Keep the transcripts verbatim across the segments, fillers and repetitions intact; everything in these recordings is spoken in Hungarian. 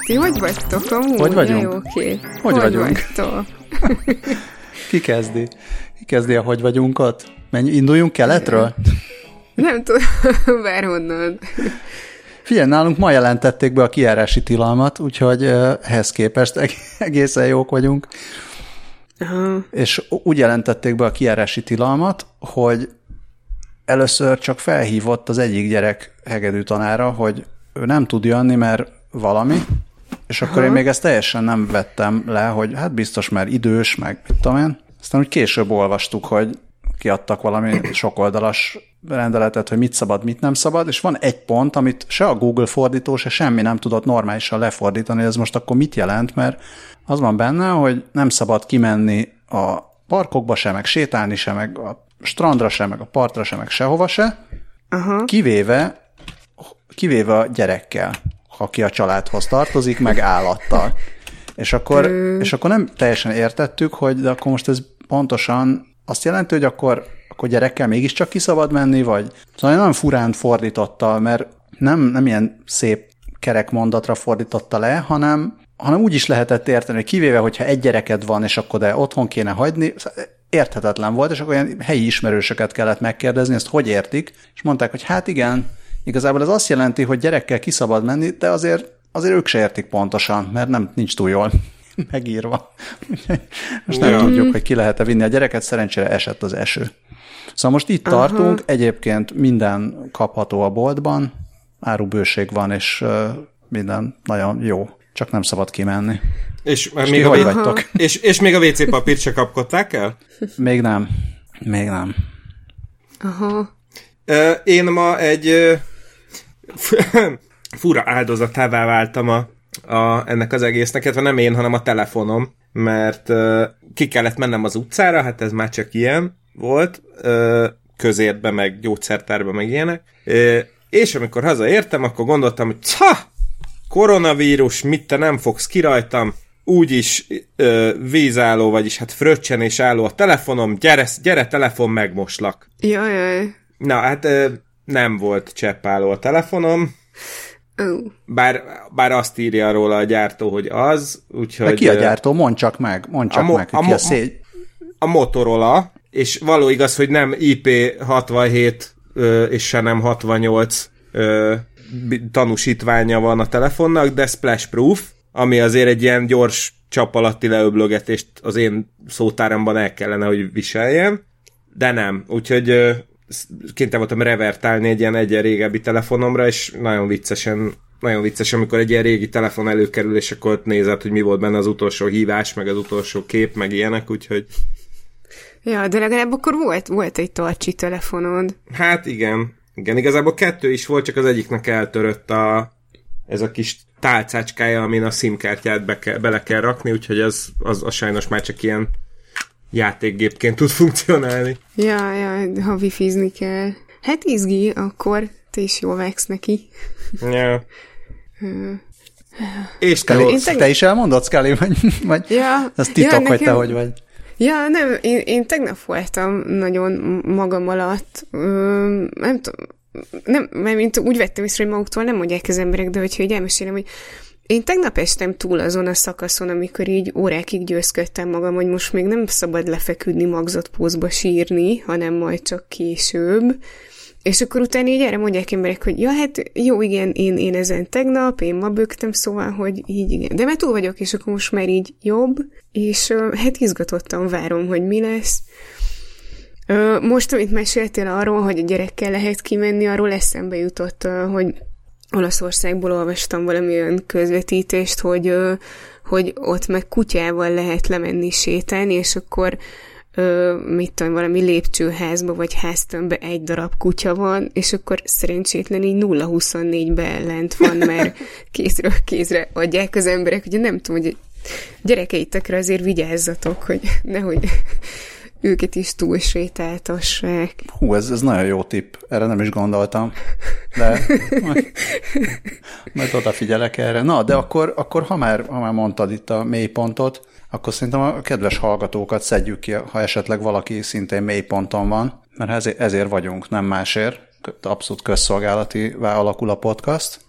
Ti hogy vagytok amúgy? Hogy vagyunk? Ja, oké. Hogy, hogy vagyunk? Ki kezdi? Ki kezdi a hogy vagyunkat? Menj, induljunk keletről? Nem tudom, bárhonnan. Figyelj, nálunk ma jelentették be a kijárási tilalmat, úgyhogy uh, ehhez képest egészen jók vagyunk. Aha. És úgy jelentették be a kijárási tilalmat, hogy először csak felhívott az egyik gyerek hegedű tanára, hogy ő nem tud jönni, mert valami, és akkor Aha. én még ezt teljesen nem vettem le, hogy hát biztos már idős, meg mit tudom én. Aztán úgy később olvastuk, hogy kiadtak valami sokoldalas rendeletet, hogy mit szabad, mit nem szabad, és van egy pont, amit se a Google fordító, se semmi nem tudott normálisan lefordítani, ez most akkor mit jelent, mert az van benne, hogy nem szabad kimenni a parkokba se, meg sétálni se, meg a strandra se, meg a partra se, meg sehova se, Aha. kivéve, kivéve a gyerekkel, aki a családhoz tartozik, meg állattal. És akkor, hmm. és akkor nem teljesen értettük, hogy de akkor most ez pontosan azt jelenti, hogy akkor, akkor gyerekkel mégiscsak ki szabad menni, vagy szóval nagyon furán fordította, mert nem, nem ilyen szép kerek mondatra fordította le, hanem, hanem úgy is lehetett érteni, hogy kivéve, hogyha egy gyereked van, és akkor de otthon kéne hagyni, érthetetlen volt, és akkor olyan helyi ismerősöket kellett megkérdezni, ezt hogy értik, és mondták, hogy hát igen, igazából ez azt jelenti, hogy gyerekkel ki szabad menni, de azért, azért ők se értik pontosan, mert nem, nincs túl jól megírva. Most nem ja. tudjuk, hogy ki lehet-e vinni a gyereket, szerencsére esett az eső. Szóval most itt Aha. tartunk, egyébként minden kapható a boltban, árubőség van, és minden nagyon jó, csak nem szabad kimenni. És, és még, a hogy vagytok? És, és még a vé cé papírt se kapkodták el? Még nem. Még nem. Aha. Én ma egy fura áldozatává váltam a, a, ennek az egésznek, illetve nem én, hanem a telefonom, mert uh, ki kellett mennem az utcára, hát ez már csak ilyen volt, uh, közértbe, meg gyógyszertárba, meg ilyenek, uh, és amikor hazaértem, akkor gondoltam, hogy ca, koronavírus, mit te nem fogsz ki rajtam, úgyis uh, vízálló, vagyis hát fröccsenés álló a telefonom, gyere, gyere telefon, megmoslak. Jajjaj. Na, hát uh, nem volt cseppálló a telefonom, Oh. Bár, bár azt írja róla a gyártó, hogy az, úgyhogy... De ki a gyártó? Mondd csak meg, mondd csak a mo- meg, hogy a ki mo- a szégy. A Motorola, és való igaz, hogy nem I P hatvanhét ö, és se nem hatvannyolc ö, tanúsítványa van a telefonnak, de splash proof, ami azért egy ilyen gyors csap alatti leöblögetést az én szótáramban el kellene, hogy viseljen, de nem. Úgyhogy... Ö, kénytelen voltam revertálni egy ilyen egyen régebbi telefonomra, és nagyon viccesen, nagyon vicces, amikor egy ilyen régi telefon előkerül, és akkor ott nézed, hogy mi volt benne az utolsó hívás, meg az utolsó kép, meg ilyenek, úgyhogy... Ja, de legalább akkor volt, volt egy tartsi telefonod. Hát igen. Igen, igazából kettő is volt, csak az egyiknek eltörött a, ez a kis tálcácskája, amin a SIM-kártyát be ke, bele kell rakni, úgyhogy az, az, az sajnos már csak ilyen játékgépként tud funkcionálni. Ja, ja, ha wifizni kell. Hát izgi, akkor te is jól vágsz neki. Ja. És te, te, teg... te is elmondod, Scully, vagy, vagy ja, ez titok, ja, nekem... hogy te hogy vagy? Ja, nem, én, én tegnap voltam nagyon magam alatt, Ö, nem tudom, nem, mert úgy vettem észre, hogy maguktól nem mondják az emberek, de hogyha így elmesélem, hogy én tegnap estem túl azon a szakaszon, amikor így órákig győzködtem magam, hogy most még nem szabad lefeküdni magzott pózba sírni, hanem majd csak később. És akkor utána így erre mondják emberek, hogy ja, hát jó, igen, én, én ezen tegnap, én ma bögtem, szóval, hogy így igen. De már túl vagyok, és akkor most már így jobb, és hát izgatottan várom, hogy mi lesz. Most, amit meséltél arról, hogy a gyerekkel lehet kimenni, arról eszembe jutott, hogy Olaszországból olvastam valami olyan közvetítést, hogy, hogy ott meg kutyával lehet lemenni sétálni, és akkor mit tudom, valami lépcsőházba vagy háztömbbe egy darab kutya van, és akkor szerencsétlen így nulla huszonnégybe lent van, mert kézről kézre adják az emberek, ugye nem tudom, hogy gyerekeitekre azért vigyázzatok, hogy nehogy őket is túlsétáltassák. Hú, ez, ez nagyon jó tipp. Erre nem is gondoltam. De majd, majd odafigyelek erre. Na, de akkor, akkor ha, már, ha már mondtad itt a mélypontot, akkor szerintem a kedves hallgatókat szedjük ki, ha esetleg valaki szintén mélyponton van, mert ezért, ezért vagyunk, nem másért. Abszolút közszolgálativá alakul a podcast,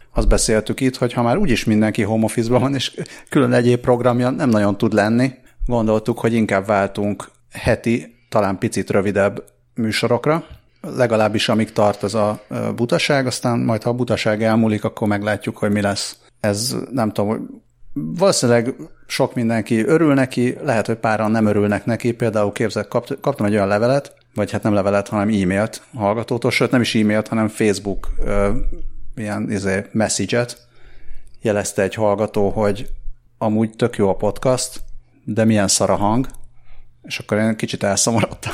azt beszéltük itt, hogy ha már úgyis mindenki home office-ban van, és külön egyéb programja nem nagyon tud lenni, gondoltuk, hogy inkább váltunk heti, talán picit rövidebb műsorokra, legalábbis amíg tart az a butaság, aztán majd ha a butaság elmúlik, akkor meglátjuk, hogy mi lesz. Ez nem tudom, valószínűleg sok mindenki örül neki, lehet, hogy páran nem örülnek neki, például képzel, kapt, kaptam egy olyan levelet, vagy hát nem levelet, hanem e-mailt hallgatótól, sőt nem is e-mailt, hanem Facebook ö, ilyen izé, message-et jelezte egy hallgató, hogy amúgy tök jó a podcast, de milyen szar a hang, és akkor én kicsit elszomorodtam.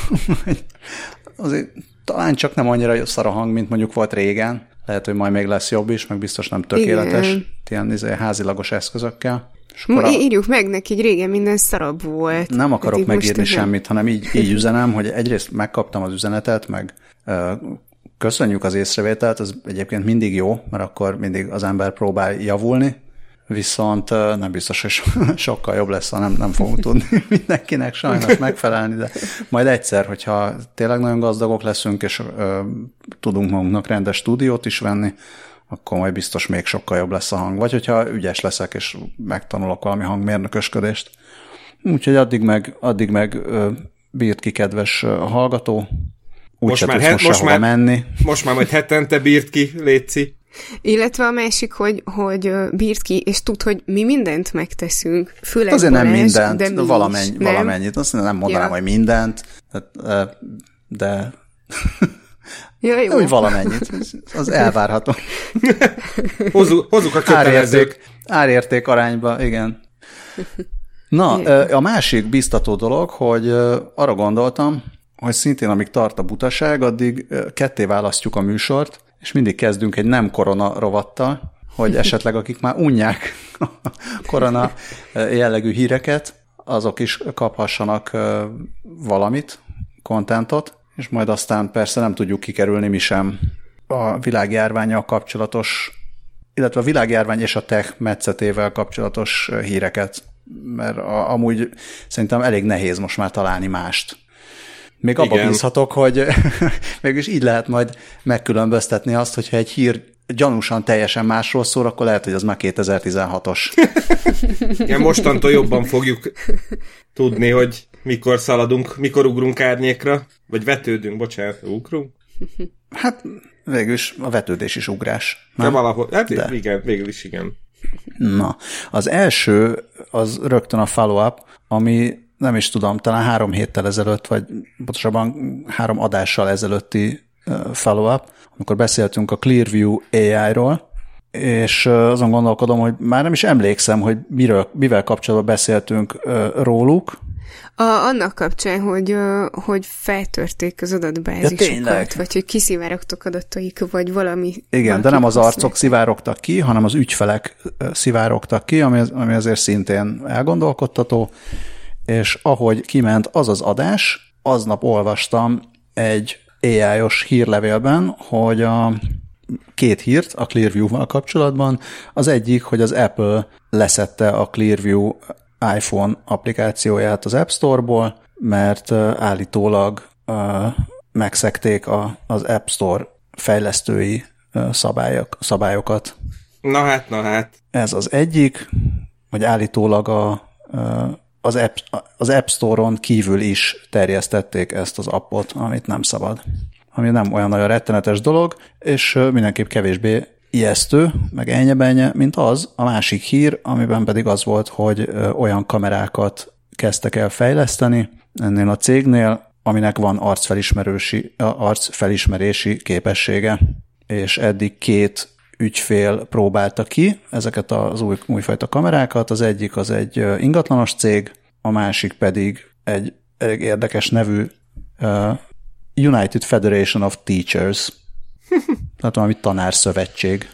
Azért talán csak nem annyira szar a hang, mint mondjuk volt régen. Lehet, hogy majd még lesz jobb is, meg biztos nem tökéletes. Igen. Ilyen izé, házilagos eszközökkel. A... Írjuk meg neki, hogy régen minden szarabb volt. Nem akarok hát megírni semmit, hanem így, így üzenem, hogy egyrészt megkaptam az üzenetet, meg uh, köszönjük az észrevételt, ez egyébként mindig jó, mert akkor mindig az ember próbál javulni, viszont uh, nem biztos, hogy so- sokkal jobb lesz, ha nem, nem fogunk tudni mindenkinek sajnos megfelelni, de majd egyszer, hogyha tényleg nagyon gazdagok leszünk, és uh, tudunk magunknak rendes stúdiót is venni, akkor majd biztos még sokkal jobb lesz a hang. Vagy hogyha ügyes leszek, és megtanulok valami hangmérnökösködést. Úgyhogy addig meg, addig meg ö, bírt ki, kedves ö, hallgató. Úgy most már, he- most, már menni. most már majd hetente bírt ki, létszi. Illetve a másik, hogy, hogy bírt ki, és tud, hogy mi mindent megteszünk. Főleg azért Balázs, nem mindent, de valamennyi, nem? valamennyit. Azt nem mondanám, ja. hogy mindent, de... de... Ja, jó. Úgy valamennyit, az elvárható. Hozzuk, hozzuk a kötelezők. Árérték, árérték arányba, igen. Na, a másik biztató dolog, hogy arra gondoltam, hogy szintén amíg tart a butaság, addig ketté választjuk a műsort, és mindig kezdünk egy nem korona rovattal, hogy esetleg akik már unják a korona jellegű híreket, azok is kaphassanak valamit, kontentot, és majd aztán persze nem tudjuk kikerülni mi sem a világjárvánnyal kapcsolatos, illetve a világjárvány és a tech metszetével kapcsolatos híreket, mert a, amúgy szerintem elég nehéz most már találni mást. Még abba bízhatok, hogy mégis így lehet majd megkülönböztetni azt, hogyha egy hír gyanúsan teljesen másról szól, akkor lehet, hogy az már kétezer-tizenhatos. Igen, mostantól jobban fogjuk tudni, hogy mikor szaladunk, mikor ugrunk árnyékra, vagy vetődünk, bocsánat, ugrunk? Hát végülis a vetődés is ugrás. Nem? De valahol, hát De. igen, végül is igen. Na, az első, az rögtön a follow-up, ami nem is tudom, talán három héttel ezelőtt, vagy pontosabban három adással ezelőtti follow-up, amikor beszéltünk a Clearview á í-ról, és azon gondolkodom, hogy már nem is emlékszem, hogy miről, mivel kapcsolatban beszéltünk róluk. A, annak kapcsán, hogy, hogy feltörték az adatbázisokat, ja, vagy hogy kiszivárogtak adataik, vagy valami. Igen, de nem az arcok szivárogtak ki, hanem az ügyfelek szivárogtak ki, ami, ami azért szintén elgondolkodtató, és ahogy kiment az az adás, aznap olvastam egy á í-os hírlevélben, hogy a két hírt a Clearview-val kapcsolatban. Az egyik, hogy az Apple leszette a Clearview iPhone applikációját az App Store-ból, mert állítólag uh, megszegték a, az App Store fejlesztői uh, szabályok, szabályokat. Na hát, na hát. Ez az egyik, hogy állítólag a, uh, az, App, az App Store-on kívül is terjesztették ezt az appot, amit nem szabad. Ami nem olyan nagyon rettenetes dolog, és uh, mindenképp kevésbé ijesztő, meg ennyebenye, mint az, a másik hír, amiben pedig az volt, hogy ö, olyan kamerákat kezdtek el fejleszteni ennél a cégnél, aminek van arcfelismerési, arcfelismerési képessége, és eddig két ügyfél próbálta ki ezeket az új, újfajta kamerákat, az egyik az egy ingatlanos cég, a másik pedig egy elég érdekes nevű uh, United Federation of Teachers, tehát valami tanárszövetség.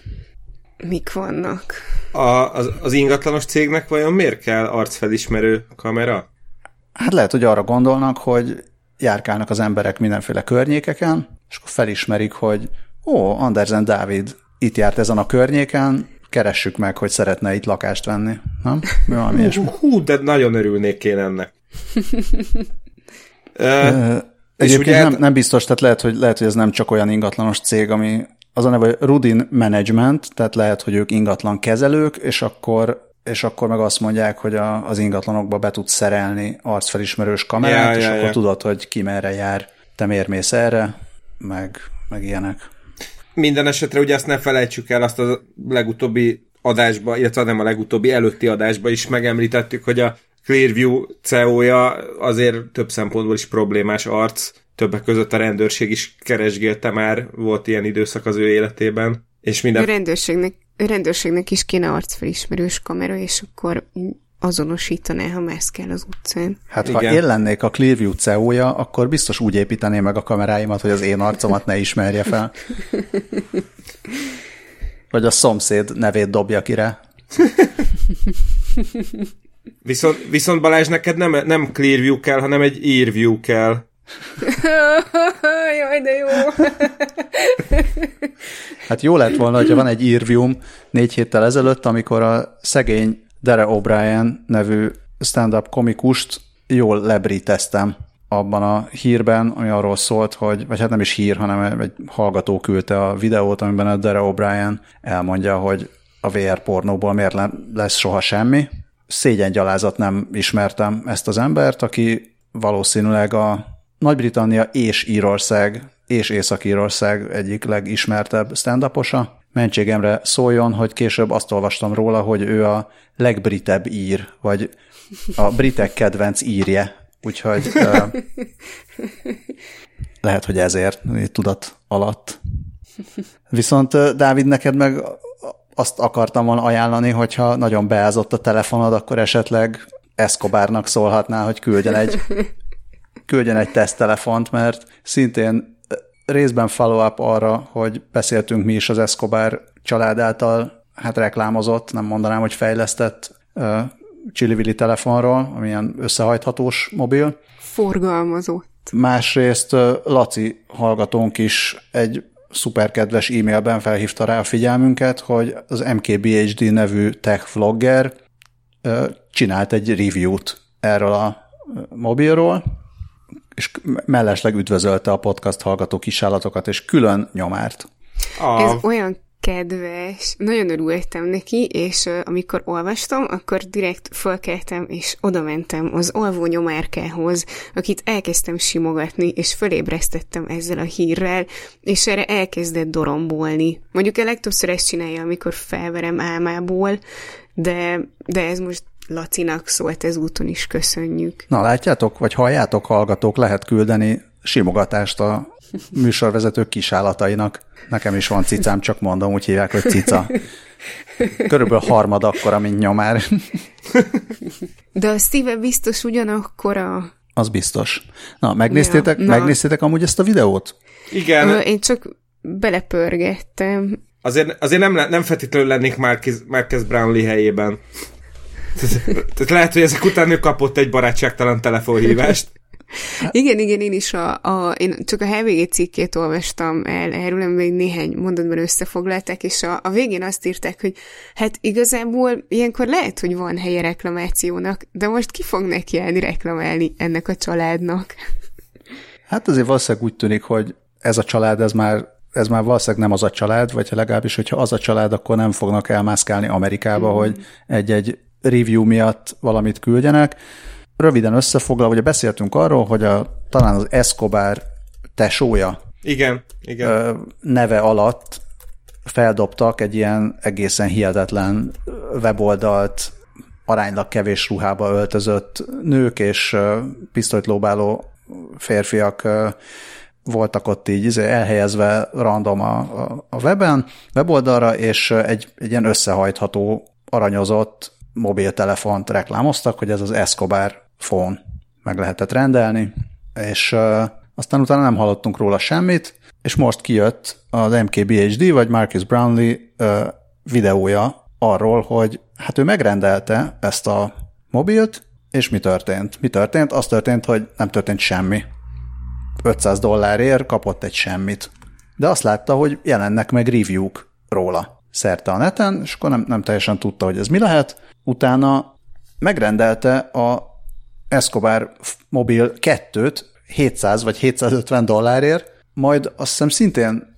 Mik vannak? A, az, az ingatlanos cégnek vajon miért kell arcfelismerő kamera? Hát lehet, hogy arra gondolnak, hogy járkálnak az emberek mindenféle környékeken, és akkor felismerik, hogy ó, Andersen Dávid itt járt ezen a környéken, keressük meg, hogy szeretne itt lakást venni. Nem? Valami hú, hú, de nagyon örülnék én ennek. uh, Egyébként nem, nem biztos, tehát lehet hogy, lehet, hogy ez nem csak olyan ingatlanos cég, ami az a neve, hogy Rudin Management, tehát lehet, hogy ők ingatlan kezelők, és akkor, és akkor meg azt mondják, hogy a, az ingatlanokba be tudsz szerelni arcfelismerős kamerát, ja, és ja, akkor ja. tudod, hogy ki merre jár, te miért mész erre, meg, meg ilyenek. Minden esetre ugye azt ne felejtsük el, azt a legutóbbi adásba, illetve nem a legutóbbi, előtti adásba is megemlítettük, hogy a Clearview cé e o-ja azért több szempontból is problémás arc, többek között a rendőrség is keresgélte már, volt ilyen időszak az ő életében. És minden... A rendőrségnek, a rendőrségnek is kéne arcfelismerős kamera, és akkor azonosítaná, ha mászkál az utcán. Hát igen. Ha én lennék a Clearview cé e o-ja, akkor biztos úgy építeném meg a kameráimat, hogy az én arcomat ne ismerje fel. Vagy a szomszéd nevét dobja ki rá. Viszont, viszont Balázs, neked nem, nem Clearview kell, hanem egy Earview kell. Jaj, de jó! Hát jó lett volna, hogyha van egy Earview-m négy héttel ezelőtt, amikor a szegény Dara O'Brien nevű stand-up komikust jól lebriteztem abban a hírben, ami arról szólt, hogy, vagy hát nem is hír, hanem egy hallgató küldte a videót, amiben a Dara O'Brien elmondja, hogy a vé er pornóból miért lesz soha semmi. Szégyengyalázat, nem ismertem ezt az embert, aki valószínűleg a Nagy-Britannia és Írország és Észak-Írország egyik legismertebb stand-uposa. Mentségemre szóljon, hogy később azt olvastam róla, hogy ő a legbritebb ír, vagy a britek kedvenc írje. Úgyhogy uh, lehet, hogy ezért tudat alatt. Viszont uh, Dávid, neked meg azt akartam volna ajánlani, hogyha nagyon beázott a telefonod, akkor esetleg Escobarnak szólhatnál, hogy küldjen egy, küldjen egy teszttelefont, mert szintén részben follow-up arra, hogy beszéltünk mi is az Escobar család által hát reklámozott, nem mondanám, hogy fejlesztett uh, csili-vili telefonról, amilyen összehajthatós mobil. Forgalmazott. Másrészt uh, Laci hallgatónk is egy szuperkedves e-mailben felhívta rá a figyelmünket, hogy az em ká bé há dé nevű tech vlogger uh, csinált egy review-t erről a mobilról, és mellesleg üdvözölte a podcast hallgató kisállatokat, és külön nyomárt. Ah. Ez olyan kedves, nagyon örültem neki, és uh, amikor olvastam, akkor direkt fölkeltem, és oda mentem az alvó nyomárkához, akit elkezdtem simogatni, és fölébresztettem ezzel a hírrel, és erre elkezdett dorombolni. Mondjuk a legtöbbször ezt csinálja, amikor felverem álmából, de, de ez most Lacinak szólt ezúton is, köszönjük. Na, látjátok, vagy halljátok, hallgatók, lehet küldeni simogatást a műsorvezetők kisállatainak. Nekem is van cicám, csak mondom, úgy hívják, hogy cica. Körülbelül harmad akkora, mint nyomár. De a szíve biztos ugyanakkora. Az biztos. Na, megnéztétek, ja, na. megnéztétek amúgy ezt a videót? Igen. Ö, én csak belepörgettem. Azért, azért nem, nem feltétlenül lennék Marcus, Marcus Brownlee helyében. Tehát lehet, hogy ezek után ő kapott egy barátságtalan telefonhívást. Igen, igen, én is a, a, én csak a há vé gé cikkét olvastam el erről, még néhány mondatban összefoglalták, és a, a végén azt írták, hogy hát igazából ilyenkor lehet, hogy van helye reklamációnak, de most ki fog nekiállni reklamálni ennek a családnak? Hát azért valószínűleg úgy tűnik, hogy ez a család, ez már, ez már valószínűleg nem az a család, vagy legalábbis, hogyha az a család, akkor nem fognak elmászkálni Amerikába, mm. hogy egy-egy review miatt valamit küldjenek. Röviden összefoglalva, ugye beszéltünk arról, hogy a, talán az Escobar tesója igen, igen. neve alatt feldobtak egy ilyen egészen hihetetlen weboldalt, aránylag kevés ruhába öltözött nők és pisztolyt lóbáló férfiak voltak ott így elhelyezve random a, a weben, weboldalra, és egy, egy ilyen összehajtható, aranyozott mobiltelefont reklámoztak, hogy ez az Escobar phone, meg lehetett rendelni, és uh, aztán utána nem hallottunk róla semmit, és most kijött az em ká bé há dé, vagy Marcus Brownlee uh, videója arról, hogy hát ő megrendelte ezt a mobilt, és mi történt? Mi történt? Az történt, hogy nem történt semmi. ötszáz dollárért kapott egy semmit. De azt látta, hogy jelennek meg review-k róla szerte a neten, és akkor nem, nem teljesen tudta, hogy ez mi lehet. Utána megrendelte a Escobar Mobil kettőt hétszáz vagy hétszázötven dollárért, majd azt hiszem szintén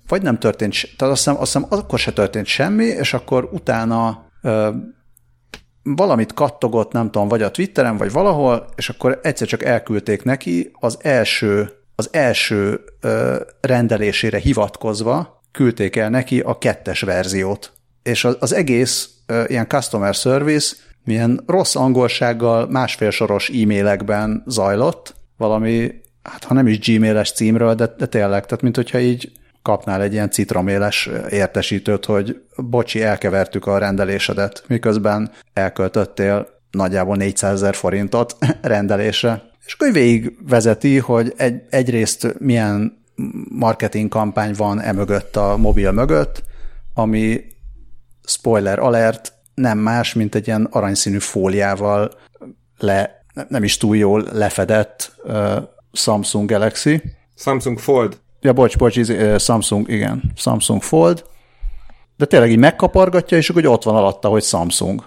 vagy nem történt, tehát azt hiszem, azt hiszem akkor se történt semmi, és akkor utána ö, valamit kattogott, nem tudom, vagy a Twitteren, vagy valahol, és akkor egyszer csak elküldték neki az első, az első ö, rendelésére hivatkozva, küldték el neki a kettes verziót. És az, az egész ö, ilyen customer service milyen rossz angolsággal, másfél soros e-mailekben zajlott, valami, hát ha nem is gmail-es címről, de, de tényleg, tehát mint hogyha így kapnál egy ilyen citroméles értesítőt, hogy bocsi, elkevertük a rendelésedet, miközben elköltöttél nagyjából négyszázezer forintot rendelésre. És akkor végig vezeti, hogy egy, egyrészt milyen marketing kampány van emögött a mobil mögött, ami spoiler alert, nem más, mint egy ilyen aranyszínű fóliával le, nem is túl jól lefedett uh, Samsung Galaxy. Samsung Fold. Ja, bocs, bocs, uh, Samsung, igen, Samsung Fold. De tényleg így megkapargatja, és akkor ott van alatta, hogy Samsung.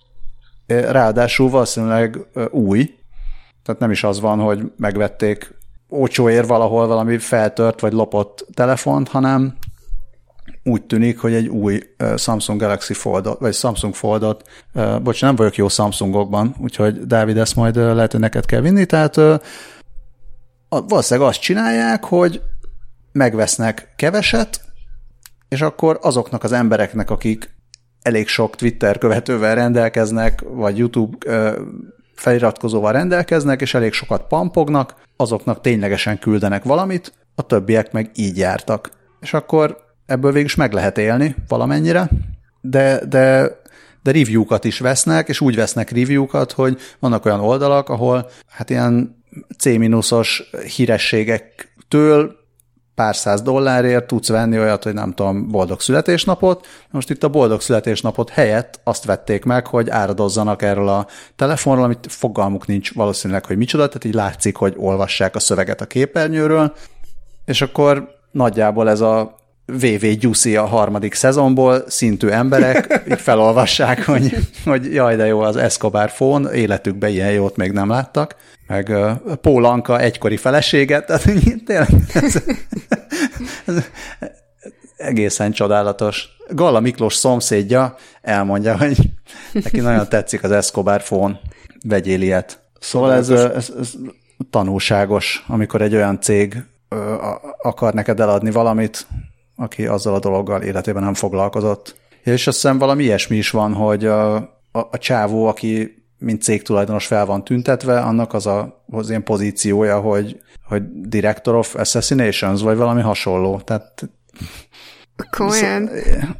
Ráadásul valószínűleg uh, új, tehát nem is az van, hogy megvették olcsóért valahol valami feltört vagy lopott telefont, hanem úgy tűnik, hogy egy új uh, Samsung Galaxy Foldot, vagy Samsung Foldot, uh, bocs, nem vagyok jó Samsungokban, úgyhogy Dávid, ezt majd uh, lehet, hogy neked kell vinni, tehát uh, valószínűleg azt csinálják, hogy megvesznek keveset, és akkor azoknak az embereknek, akik elég sok Twitter követővel rendelkeznek, vagy YouTube uh, feliratkozóval rendelkeznek, és elég sokat pampognak, azoknak ténylegesen küldenek valamit, a többiek meg így jártak. És akkor ebből végül is meg lehet élni valamennyire, de, de, de review-kat is vesznek, és úgy vesznek review-kat, hogy vannak olyan oldalak, ahol hát ilyen C-minuszos hírességektől pár száz dollárért tudsz venni olyat, hogy nem tudom, boldog születésnapot. Most itt a boldog születésnapot helyett azt vették meg, hogy áradozzanak erről a telefonról, amit fogalmuk nincs valószínűleg, hogy micsoda, tehát így látszik, hogy olvassák a szöveget a képernyőről, és akkor nagyjából ez a vé vé Juicy a harmadik szezonból szintű emberek így felolvassák, hogy, hogy jaj, de jó, az Escobar phone, életükben ilyen jót még nem láttak, meg uh, Paul Anka egykori feleséget, tehát tényleg ez, ez egészen csodálatos. Galla Miklós szomszédja elmondja, hogy neki nagyon tetszik az Escobar phone, vegyél ilyet. Szóval ez, ez, ez tanulságos, amikor egy olyan cég uh, akar neked eladni valamit, aki azzal a dologgal életében nem foglalkozott. És azt hiszem valami ilyesmi is van, hogy a, a, a csávó, aki mint cégtulajdonos fel van tüntetve, annak az a, az ilyen pozíciója, hogy, hogy Director of Assassinations, vagy valami hasonló. Tehát... Komolyan?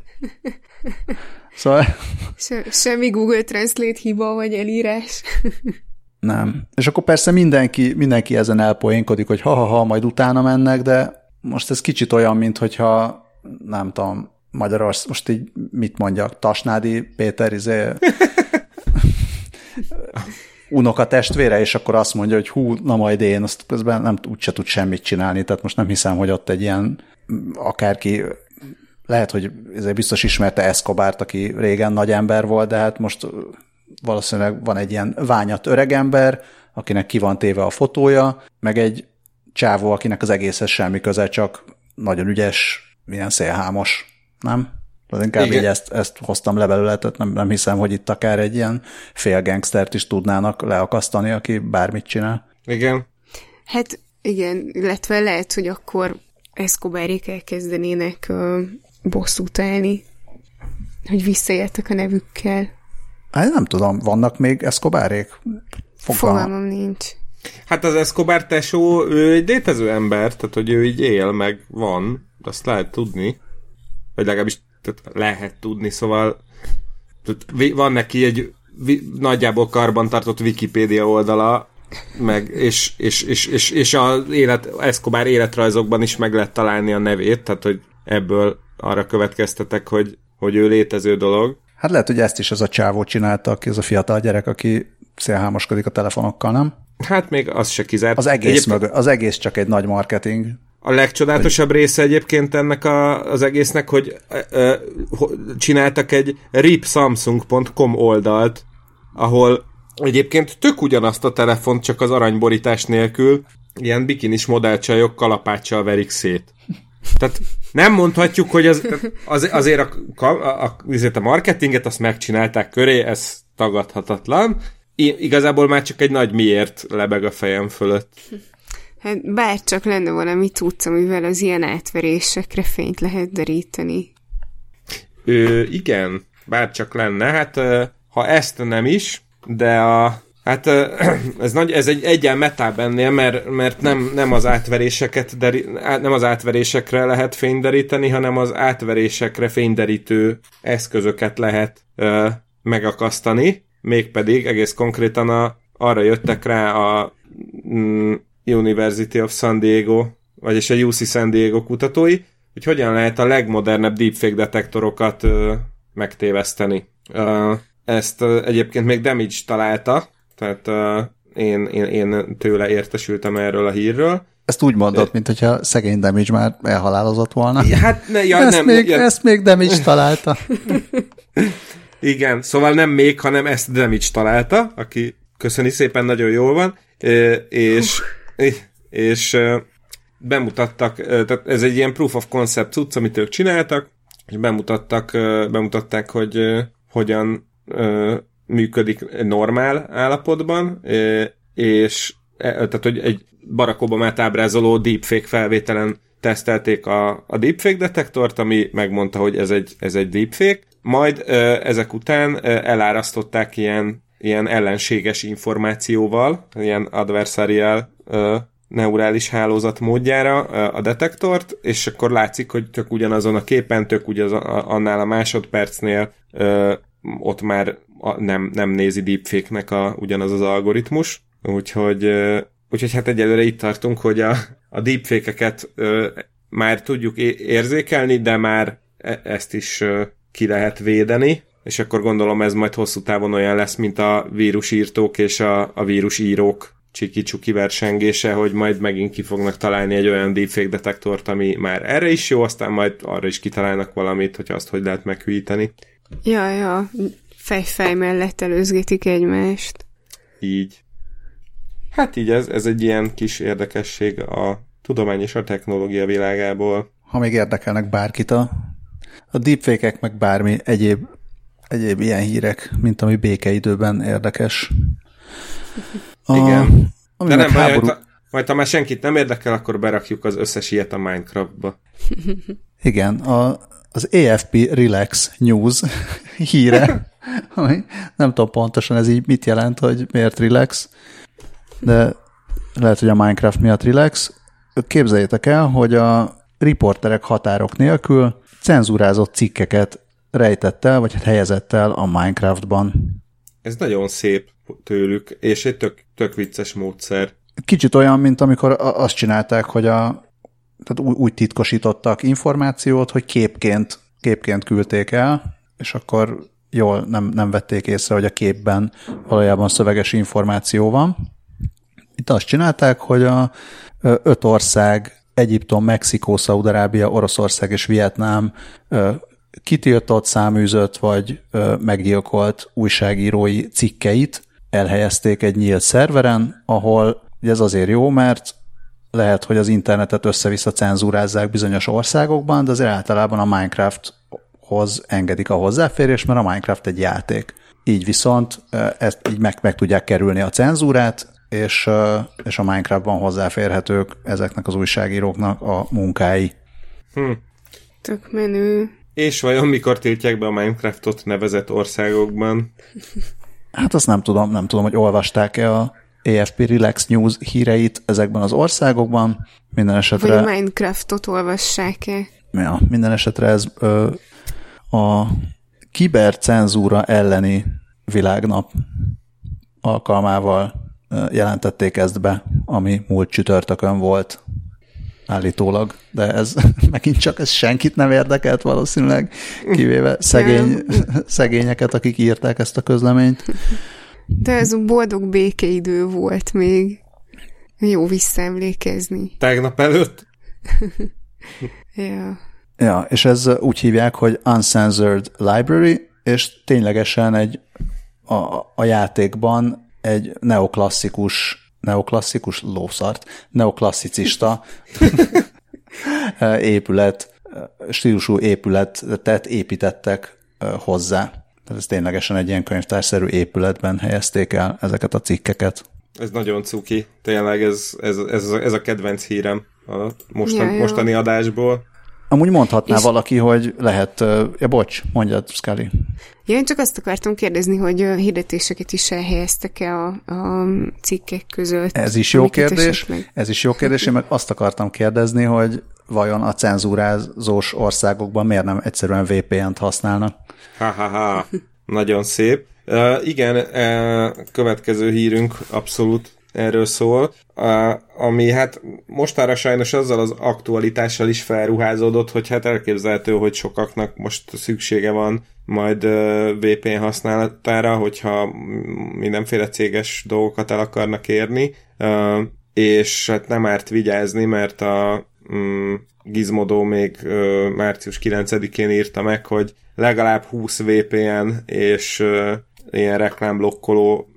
Szóval... Se, semmi Google Translate hiba, vagy elírás? Nem. És akkor persze mindenki, mindenki ezen elpoénkodik, hogy ha-ha-ha, majd utána mennek, de most ez kicsit olyan, mint hogyha, nem tudom, Magyarország, most így mit mondjak, Tasnádi Péter, izé, unoka testvére, és akkor azt mondja, hogy hú, na majd én, azt közben nem, úgyse tud semmit csinálni, tehát most nem hiszem, hogy ott egy ilyen, akárki, lehet, hogy biztos ismerte Escobart, aki régen nagy ember volt, de hát most valószínűleg van egy ilyen ványat öregember, akinek ki van téve a fotója, meg egy csávó, akinek az egészhez semmi köze, csak nagyon ügyes, milyen szélhámos, nem? Az inkább igen. Így ezt, ezt hoztam le belőle, tehát nem, nem hiszem, hogy itt akár egy ilyen fél gangstert is tudnának leakasztani, aki bármit csinál. Igen. Hát igen, illetve lehet, hogy akkor Escobarék elkezdenének uh, bosszút állni, hogy visszaértek a nevükkel. Hát nem tudom, vannak még Escobarék? Fogalmam, Fogalmam nincs. Hát az Escobar tesó, ő egy létező ember, tehát hogy ő így él, meg van, azt lehet tudni, vagy legalábbis lehet tudni, szóval van neki egy nagyjából karbantartott Wikipédia oldala, meg, és, és, és, és, és az élet, Escobar életrajzokban is meg lehet találni a nevét, tehát hogy ebből arra következtetek, hogy, hogy ő létező dolog. Hát lehet, hogy ezt is az a csávó csinálta, aki az a fiatal gyerek, aki szélhámoskodik a telefonokkal, nem? Hát még az se kizárt. Az egész, mögö, az egész csak egy nagy marketing. A legcsodálatosabb hogy... része egyébként ennek a, az egésznek, hogy ö, ö, csináltak egy rip samsung pont com oldalt, ahol egyébként tök ugyanazt a telefont, csak az aranyborítás nélkül ilyen bikinis modellcsajok kalapáccsal verik szét. Tehát nem mondhatjuk, hogy az, az, azért a, a, a, azért a marketinget azt megcsinálták köré, ez tagadhatatlan. I, igazából már csak egy nagy miért lebeg a fejem fölött. Hát bárcsak lenne valami tudsz, amivel az ilyen átverésekre fényt lehet deríteni. Ö, igen, bárcsak lenne. Hát ha ezt nem is, de a hát ez, nagy, ez egy egyen metább ennél, mert, mert nem, nem, az átveréseket deri, nem az átverésekre lehet fényderíteni, hanem az átverésekre fényderítő eszközöket lehet ö, megakasztani, mégpedig egész konkrétan a, arra jöttek rá a mm, University of San Diego, vagyis a U C San Diego kutatói, hogy hogyan lehet a legmodernebb deepfake detektorokat ö, megtéveszteni. Ö, ezt ö, egyébként még Damage találta, tehát uh, én, én, én tőle értesültem erről a hírről. Ezt úgy mondod, mint hogyha szegény Damage már elhalálozott volna. Hát ne, ja, ezt, nem, még, ja. ezt még Damage találta. Igen, szóval nem még, hanem ezt Damage találta, aki köszöni szépen, nagyon jól van, és, és bemutattak, tehát ez egy ilyen proof of concept cucc, amit ők csináltak, és bemutattak, bemutatták, hogy hogyan működik normál állapotban, és tehát, hogy egy Barack Obamát ábrázoló deepfake felvételen tesztelték a, a deepfake detektort, ami megmondta, hogy ez egy, ez egy deepfake, majd ezek után elárasztották ilyen, ilyen ellenséges információval, ilyen adversarial neurális hálózat módjára a detektort, és akkor látszik, hogy tök ugyanazon a képen, tök ugyanaz, annál a másodpercnél ott már a, nem, nem nézi deepfake-nek a, ugyanaz az algoritmus, úgyhogy, úgyhogy hát egyelőre itt tartunk, hogy a, a deepfake-eket ö, már tudjuk érzékelni, de már e- ezt is ö, ki lehet védeni, és akkor gondolom ez majd hosszú távon olyan lesz, mint a vírusírtók és a, a vírusírók csiki-csuki versengése, hogy majd megint ki fognak találni egy olyan deepfake detektort, ami már erre is jó, aztán majd arra is kitalálnak valamit, hogy azt hogy lehet meghűíteni. Ja, ja, fej-fej mellett előzgetik egymást. Így. Hát így ez, ez egy ilyen kis érdekesség a tudomány és a technológia világából. Ha még érdekelnek bárkit a, a deepfake-ek, meg bármi egyéb, egyéb ilyen hírek, mint ami békeidőben érdekes. A, igen. De nem baj, háború... majd, majd ha már senkit nem érdekel, akkor berakjuk az összes ilyet a Minecraftba. Igen, a, az á ef pé Relax News híre, ami nem tudom pontosan ez így mit jelent, hogy miért relax, de lehet, hogy a Minecraft miatt relax. Képzeljétek el, hogy a riporterek határok nélkül cenzúrázott cikkeket rejtett el, vagy helyezett el a Minecraftban. Ez nagyon szép tőlük, és egy tök, tök vicces módszer. Kicsit olyan, mint amikor azt csinálták, hogy a, tehát úgy titkosítottak információt, hogy képként, képként küldték el, és akkor jól nem, nem vették észre, hogy a képben valójában szöveges információ van. Itt azt csinálták, hogy a öt ország, Egyiptom, Mexikó, Szaúd-Arábia, Oroszország és Vietnám kitiltott, száműzött vagy meggyilkolt újságírói cikkeit elhelyezték egy nyílt szerveren, ahol ez azért jó, mert lehet, hogy az internetet össze-vissza cenzúrázzák bizonyos országokban, de azért általában a Minecrafthoz engedik a hozzáférés, mert a Minecraft egy játék. Így viszont ezt így meg, meg tudják kerülni a cenzúrát, és, és a Minecraftban hozzáférhetők ezeknek az újságíróknak a munkái. Hm. Tök menő. És vajon mikor tiltják be a Minecraftot nevezett országokban? Hát azt nem tudom, nem tudom, hogy olvasták-e a á ef pé Relax News híreit ezekben az országokban. Minden esetre... Vagy a Minecraftot olvassák-e? Ja, minden esetre ez ö, a kibercenzúra elleni világnap alkalmával ö, jelentették ezt be, ami múlt csütörtökön volt állítólag, de ez megint csak ez senkit nem érdekelt valószínűleg, kivéve szegény, szegényeket, akik írták ezt a közleményt. De ez a boldog békeidő volt még. Jó visszaemlékezni. Tegnap előtt? Ja. Ja, és ez úgy hívják, hogy Uncensored Library, és ténylegesen egy a, a játékban egy neoklasszikus neoklasszikus lószart, neoklasszicista épület, stílusú épületet építettek hozzá. Tehát ez ténylegesen egy ilyen könyvtárszerű épületben helyezték el ezeket a cikkeket. Ez nagyon cuki. Tényleg ez, ez, ez, ez a kedvenc hírem a mostan, ja, mostani adásból. Amúgy mondhatná és... valaki, hogy lehet... Ja, bocs, mondjad, Scully. Ja, én csak azt akartam kérdezni, hogy hirdetéseket is elhelyeztek-e a, a cikkek között. Ez is jó kérdés. Ez is jó kérdés. Én meg azt akartam kérdezni, hogy vajon a cenzúrázós országokban miért nem egyszerűen vé pé en-t használnak? Ha-ha-ha. Nagyon szép. Uh, igen, uh, következő hírünk abszolút erről szól, uh, ami hát mostanra sajnos azzal az aktualitással is felruházódott, hogy hát elképzelhető, hogy sokaknak most szüksége van majd uh, vé pé en használatára, hogyha mindenféle céges dolgokat el akarnak érni, uh, és hát nem árt vigyázni, mert a um, Gizmodo még uh, március kilencedikén írta meg, hogy legalább húsz vé pé en és uh, ilyen reklámblokkoló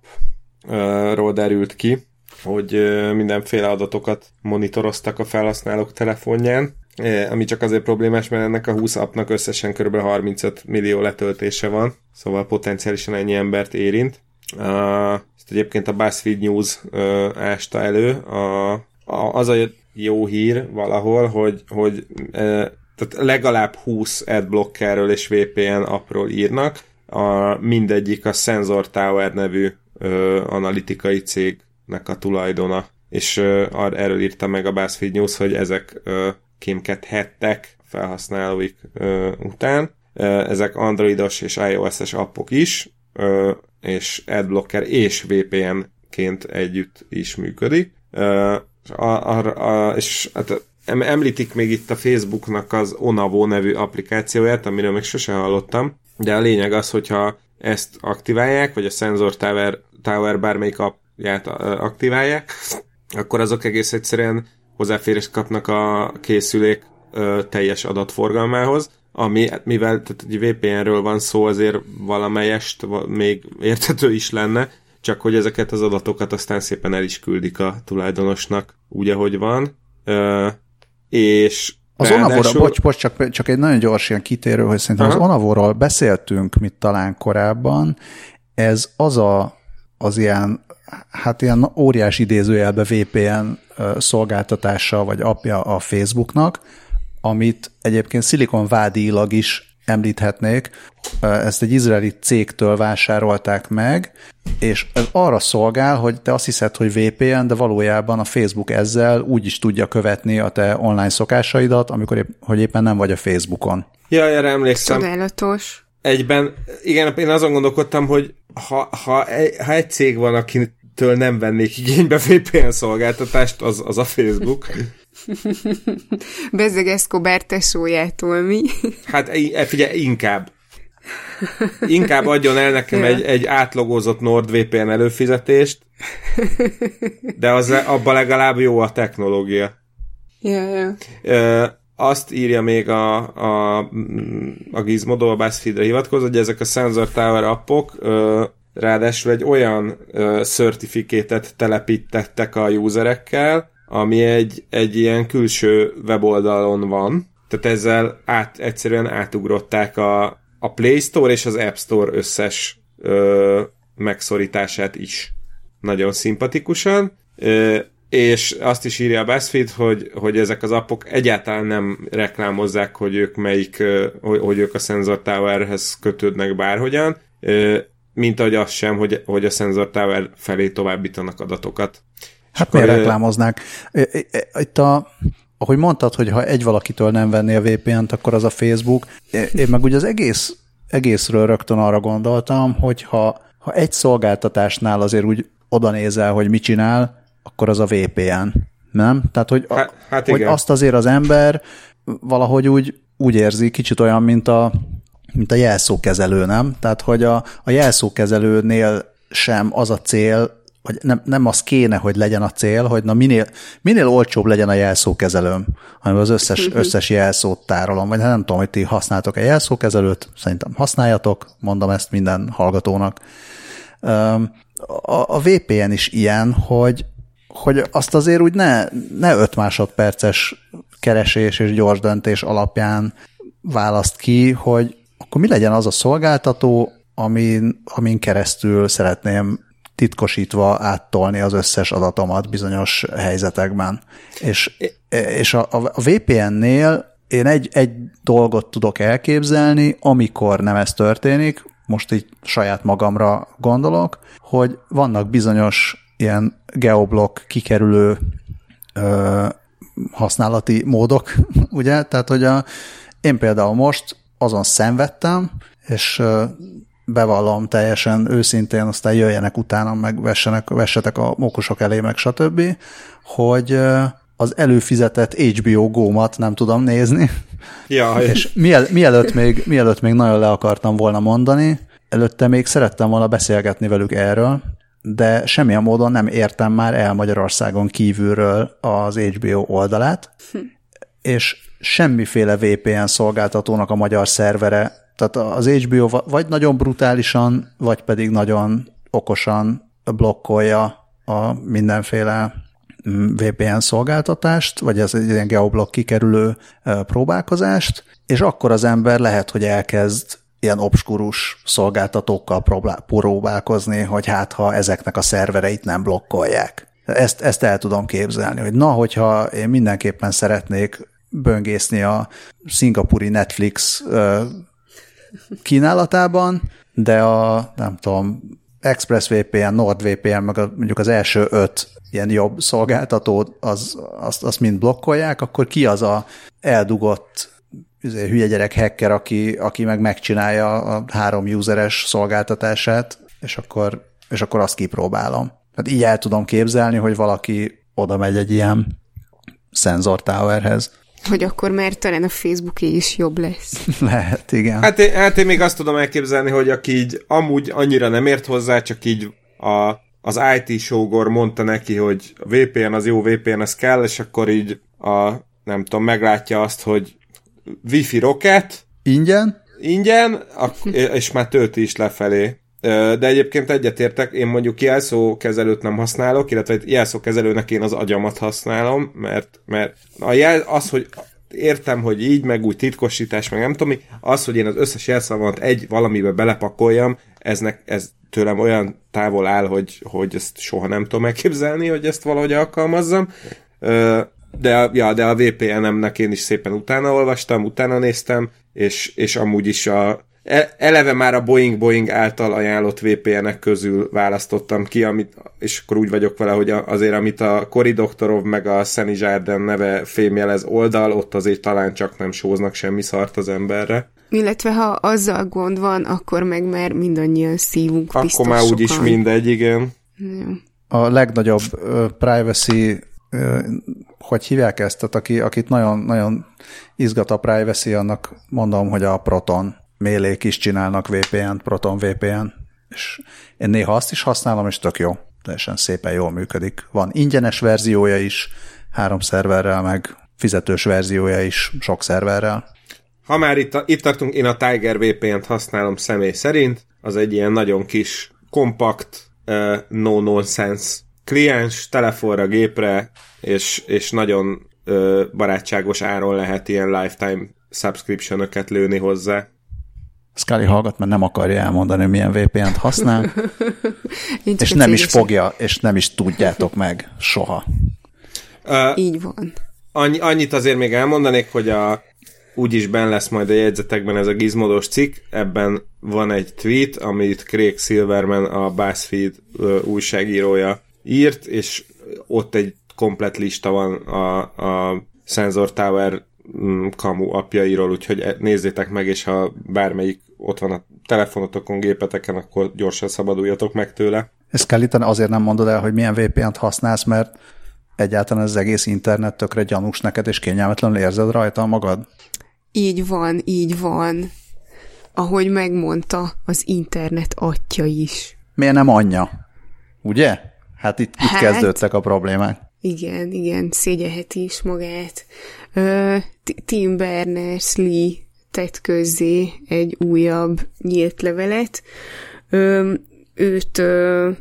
appról derült ki, hogy uh, mindenféle adatokat monitoroztak a felhasználók telefonján, uh, ami csak azért problémás, mert ennek a húsz appnak összesen kb. harmincöt millió letöltése van, szóval potenciálisan ennyi embert érint. Uh, ezt egyébként a BuzzFeed News uh, ásta elő. A, a, az a jó hír valahol, hogy, hogy uh, tehát legalább húsz adblockerről és vé pé en appról írnak, a, mindegyik a Sensor Tower nevű ö, analitikai cégnek a tulajdona, és ö, erről írta meg a BuzzFeed News, hogy ezek ö, kémkedhettek felhasználóik ö, után. Ö, ezek androidos és iOS-es appok is, ö, és adblocker és vé pé en-ként együtt is működik. Ö, a, a, a, és hát említik még itt a Facebooknak az Onavo nevű applikációját, amiről még sose hallottam, de a lényeg az, hogyha ezt aktiválják, vagy a Sensor Tower, Tower bármelyik appját aktiválják, akkor azok egész egyszerűen hozzáférést kapnak a készülék ö, teljes adatforgalmához, ami, mivel tehát egy vé pé en-ről van szó, azért valamelyest még érthető is lenne, csak hogy ezeket az adatokat aztán szépen el is küldik a tulajdonosnak, úgy, ahogy van. Ö, és az Onavóra, bocs, bocs csak, csak egy nagyon gyors ilyen kitérő, hogy szerintem Aha. az Onavóról beszéltünk, mit talán korábban, ez az a, az ilyen, hát ilyen óriás idézőjelbe vé pé en szolgáltatása, vagy appja a Facebooknak, amit egyébként Silicon Valley-ilag is említhetnék, ezt egy izraeli cégtől vásárolták meg, és ez arra szolgál, hogy te azt hiszed, hogy vé pé en, de valójában a Facebook ezzel úgy is tudja követni a te online szokásaidat, amikor épp, hogy éppen nem vagy a Facebookon. Ja, erre emlékszem. Csodálatos. Egyben, igen, én azon gondolkodtam, hogy ha, ha, egy, ha egy cég van, akitől nem vennék igénybe vé pé en szolgáltatást, az, az a Facebook. Bezzeg Escobar tesójától mi? Hát figyelj, inkább. Inkább adjon el nekem egy, egy átlogózott NordVPN előfizetést, de az, abban legalább jó a technológia. Ja, ja. E, azt írja még a, a, a Gizmodo, a BuzzFeedre hivatkozó, hogy ezek a Sensor Tower appok ö, ráadásul egy olyan ö, certificate-et telepítettek a userekkel, ami egy, egy ilyen külső weboldalon van. Tehát ezzel át, egyszerűen átugrották a, a Play Store és az App Store összes ö, megszorítását is. Nagyon szimpatikusan. Ö, és azt is írja a BuzzFeed, hogy, hogy ezek az appok egyáltalán nem reklámozzák, hogy ők melyik, hogy, hogy ők a Sensor Towerhez kötődnek bárhogyan, mint ahogy az sem, hogy, hogy a Sensor Tower felé továbbítanak adatokat. Hát miért reklámoznák? Itt a, ahogy mondtad, hogy ha egy valakitől nem venné a vé pé en-t, akkor az a Facebook. Én meg ugye az egész, egészről rögtön arra gondoltam, hogy ha, ha egy szolgáltatásnál azért úgy oda nézel, hogy mit csinál, akkor az a vé pé en, nem? Tehát, hogy, hát, hát hogy azt azért az ember valahogy úgy, úgy érzi, kicsit olyan, mint a, mint a jelszókezelő, nem? Tehát, hogy a, a jelszókezelőnél sem az a cél, vagy nem, nem az kéne, hogy legyen a cél, hogy na minél, minél olcsóbb legyen a jelszókezelőm, amiben az összes, uh-huh. összes jelszót tárolom, vagy nem tudom, hogy ti használtok a jelszókezelőt, szerintem használjatok, mondom ezt minden hallgatónak. A, a vé pé en is ilyen, hogy hogy azt azért úgy ne, ne öt másodperces keresés és gyors döntés alapján választ ki, hogy akkor mi legyen az a szolgáltató, amin, amin keresztül szeretném titkosítva áttolni az összes adatomat bizonyos helyzetekben. És, és a, a vé pé en-nél én egy, egy dolgot tudok elképzelni, amikor nem ez történik, most így saját magamra gondolok, hogy vannak bizonyos ilyen geoblok kikerülő ö, használati módok, ugye? Tehát, hogy a, én például most azon szenvedtem, és ö, bevallom teljesen őszintén, aztán jöjjenek utána, meg vessenek, vessetek a mókusok elé, meg stb., hogy ö, az előfizetett há bé o Go-mat nem tudom nézni. Ja, és miel, mielőtt, még, mielőtt még nagyon le akartam volna mondani, előtte még szerettem volna beszélgetni velük erről, de semmilyen módon nem értem már el Magyarországon kívülről az há bé o oldalát, hm. és semmiféle vé pé en szolgáltatónak a magyar szervere, tehát az há bé o vagy nagyon brutálisan, vagy pedig nagyon okosan blokkolja a mindenféle vé pé en szolgáltatást, vagy ez egy ilyen geoblok kikerülő próbálkozást, és akkor az ember lehet, hogy elkezd ilyen obskurus szolgáltatókkal próbálkozni, hogy hát ha ezeknek a szervereit nem blokkolják. Ezt, ezt el tudom képzelni, hogy na, hogyha én mindenképpen szeretnék böngészni a szingapúri Netflix kínálatában, de a, nem tudom, ExpressVPN, NordVPN, meg a, mondjuk az első öt ilyen jobb szolgáltatót, az, azt, azt mind blokkolják, akkor ki az a eldugott hülye gyerek hacker, aki, aki meg megcsinálja a három useres szolgáltatását, és akkor, és akkor azt kipróbálom. Hát így el tudom képzelni, hogy valaki oda megy egy ilyen Sensor Towerhez. Hogy akkor már talán a Facebooké is jobb lesz. Lehet, igen. Hát én, hát én még azt tudom elképzelni, hogy aki így amúgy annyira nem ért hozzá, csak így a, az í té sógor mondta neki, hogy a vé pé en az jó, vé pé en ez kell, és akkor így a, nem tudom, meglátja azt, hogy Wi-Fi Rocket. Ingyen? Ingyen, ak- és már tölti is lefelé. De egyébként egyetértek, én mondjuk jelszókezelőt nem használok, illetve jelszókezelőnek én az agyamat használom, mert, mert a jel, az, hogy értem, hogy így, meg úgy titkosítás, meg nem tudom mi, az, hogy én az összes jelszavamat egy valamibe belepakoljam, eznek, ez tőlem olyan távol áll, hogy, hogy ezt soha nem tudom elképzelni, hogy ezt valahogy alkalmazzam. De, ja, de a vé pé en-emnek én is szépen utána olvastam, utána néztem, és, és amúgy is a eleve már a Boeing Boeing által ajánlott vé pé en-ek közül választottam ki, amit, és akkor úgy vagyok vele, hogy azért amit a Cory Doctorow meg a Sunny Jardin neve fémjelez oldal, ott azért talán csak nem sóznak semmi szart az emberre. Illetve ha azzal gond van, akkor meg már mindannyian szívunk akkor biztos már sokan. úgyis mindegy, igen. Ja. A legnagyobb uh, privacy, uh, hogy hívják ezt, tehát aki, akit nagyon, nagyon izgat a privacy, annak mondom, hogy a Proton. Mélék is csinálnak vé pé en-t, Proton vé pé en, és én néha azt is használom, és tök jó. Teljesen szépen jól működik. Van ingyenes verziója is, három szerverrel, meg fizetős verziója is, sok szerverrel. Ha már itt, itt tartunk, én a Tiger vé pé en-t használom személy szerint, az egy ilyen nagyon kis, kompakt, uh, no-nonsense kliens, telefonra, gépre, és, és nagyon uh, barátságos áron lehet ilyen lifetime subscription-öket lőni hozzá. Scully hallgat, mert nem akarja elmondani, milyen vé pé en-t használ, és nem is fogja, és nem is tudjátok meg soha. Uh, Így van. Annyi, annyit azért még elmondanék, hogy a, úgyis benn lesz majd a jegyzetekben ez a gizmodos cikk, ebben van egy tweet, amit Craig Silverman, a BuzzFeed uh, újságírója írt, és ott egy komplett lista van a, a Sensor Tower kamu apjairól, úgyhogy nézzétek meg, és ha bármelyik ott van a telefonotokon, gépeteken, akkor gyorsan szabaduljatok meg tőle. Ezt kell itt azért nem mondod el, hogy milyen vé pé en-t használsz, mert egyáltalán az egész internet tökre gyanús neked, és kényelmetlenül érzed rajta magad? Így van, így van. Ahogy megmondta, az internet atya is. Miért nem anyja? Ugye? Hát itt, itt hát, kezdődtek a problémák. Igen, igen, szégyelheti is magát. Uh, Tim Berners-Lee tett közzé egy újabb nyílt levelet. Uh, őt, uh,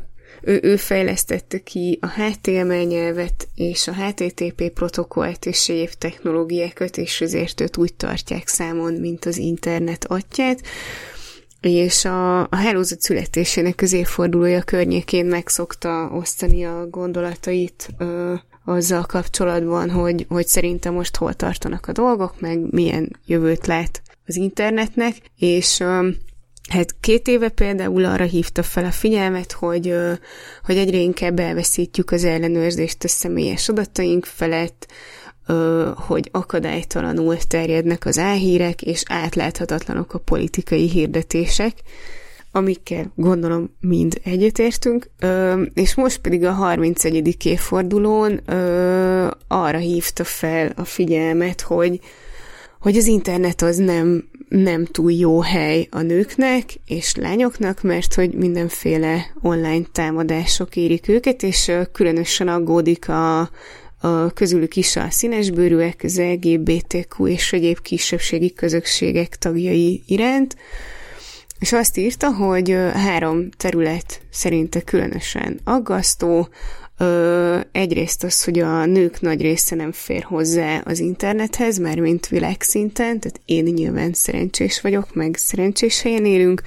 ő, ő fejlesztette ki a há té em el nyelvet és a há té té pé protokollt és egyéb technológiákat, és ezért őt úgy tartják számon, mint az internet atyját, és a, a hálózat születésének az évfordulója környékén meg szokta osztani a gondolatait ö, azzal kapcsolatban, hogy, hogy szerintem most hol tartanak a dolgok, meg milyen jövőt lát az internetnek, és ö, hát két éve például arra hívta fel a figyelmet, hogy, ö, hogy egyre inkább elveszítjük az ellenőrzést a személyes adataink felett, hogy akadálytalanul terjednek az álhírek, és átláthatatlanok a politikai hirdetések, amikkel gondolom mind egyetértünk, és most pedig a harmincegyedik évfordulón arra hívta fel a figyelmet, hogy, hogy az internet az nem, nem túl jó hely a nőknek és lányoknak, mert hogy mindenféle online támadások érik őket, és különösen aggódik a a közülük is a színesbőrűek, az el gé bé té kú és egyéb kisebbségi közösségek tagjai iránt, és azt írta, hogy három terület szerinte különösen aggasztó. Egyrészt az, hogy a nők nagy része nem fér hozzá az internethez, mármint világszinten, tehát én nyilván szerencsés vagyok, meg szerencsés helyen élünk,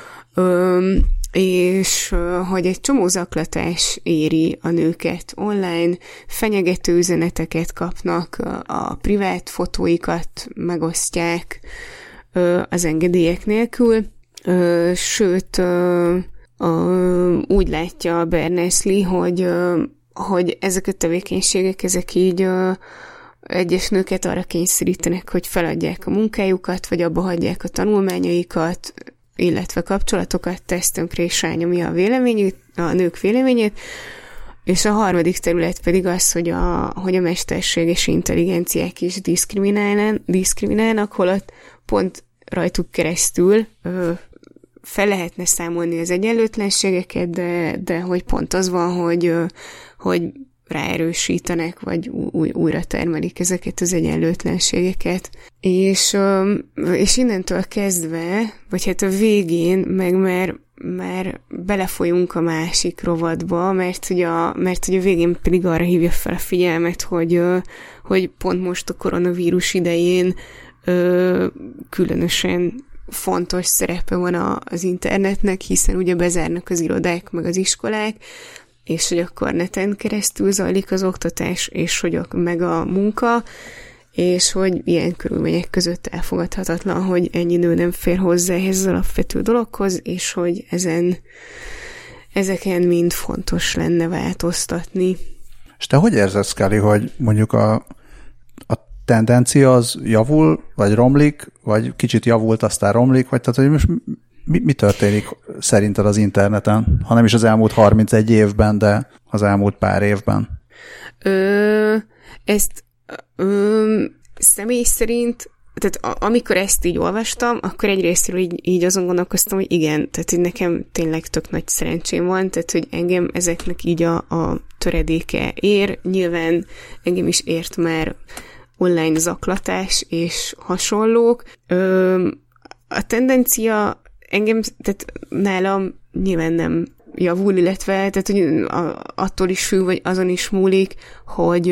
és hogy egy csomó zaklatás éri a nőket online, fenyegető üzeneteket kapnak, a privát fotóikat megosztják az engedélyek nélkül, sőt, úgy látja Berners-Lee, hogy, hogy ezek a tevékenységek, ezek így egyes nőket arra kényszerítenek, hogy feladják a munkájukat, vagy abba hagyják a tanulmányaikat, illetve kapcsolatokat tesz tönkre és rányomja a véleményét, a nők véleményét, és a harmadik terület pedig az, hogy a, hogy a mesterséges intelligenciák is diszkriminálnak, diszkriminálnak, holott pont rajtuk keresztül ö, fel lehetne számolni az egyenlőtlenségeket, de, de hogy pont az van, hogy, ö, hogy ráerősítenek, vagy új, újra termelik ezeket az egyenlőtlenségeket. És, és innentől kezdve, vagy hát a végén, meg már, már belefolyunk a másik rovatba, mert hogy, a, mert hogy a végén pedig arra hívja fel a figyelmet, hogy, hogy pont most a koronavírus idején különösen fontos szerepe van az internetnek, hiszen ugye bezárnak az irodák, meg az iskolák, és hogy akkor neten keresztül zajlik az oktatás, és hogy meg a munka, és hogy ilyen körülmények között elfogadhatatlan, hogy ennyi nő nem fér hozzá ehhez az alapvető dologhoz, és hogy ezen, ezeken mind fontos lenne változtatni. És te hogy érzed, Scully, hogy mondjuk a, a tendencia az javul, vagy romlik, vagy kicsit javult, aztán romlik, vagy tehát, hogy most Mi, mi történik szerinted az interneten? Ha nem is az elmúlt harmincegy évben, de az elmúlt pár évben. Ö, ezt ö, személy szerint, tehát a, amikor ezt így olvastam, akkor egyrésztről így, így azon gondolkoztam, hogy igen, tehát hogy nekem tényleg tök nagy szerencsém van, tehát hogy engem ezeknek így a, a töredéke ér. Nyilván engem is ért már online zaklatás és hasonlók. Ö, a tendencia engem, tehát nálam nyilván nem javul, illetve tehát, hogy attól is függ, vagy azon is múlik, hogy,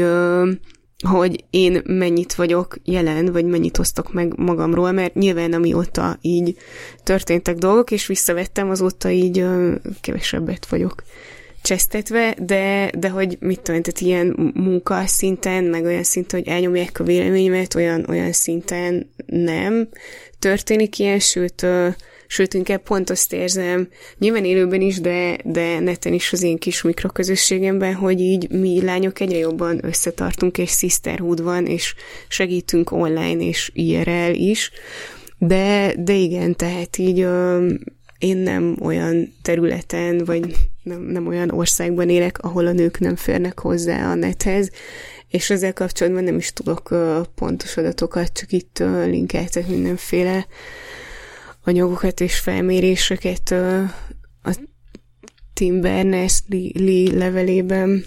hogy én mennyit vagyok jelen, vagy mennyit osztok meg magamról, mert nyilván amióta így történtek dolgok, és visszavettem, azóta így kevesebbet vagyok csesztetve, de, de hogy mit tudom, tehát ilyen munka szinten, meg olyan szinten, hogy elnyomják a véleményemet, olyan, olyan szinten nem történik ilyen, sőt, sőt, inkább pont azt érzem, nyilván élőben is, de, de neten is az én kis mikroközösségemben, hogy így mi lányok egyre jobban összetartunk, és sisterhood van, és segítünk online és i er el is, de, de igen, tehát így ö, én nem olyan területen, vagy nem, nem olyan országban élek, ahol a nők nem férnek hozzá a nethez, és ezzel kapcsolatban nem is tudok ö, pontos adatokat, csak itt ö, linkeltek mindenféle anyagokat és felméréseket ö, a Tim Berners-Lee levelében.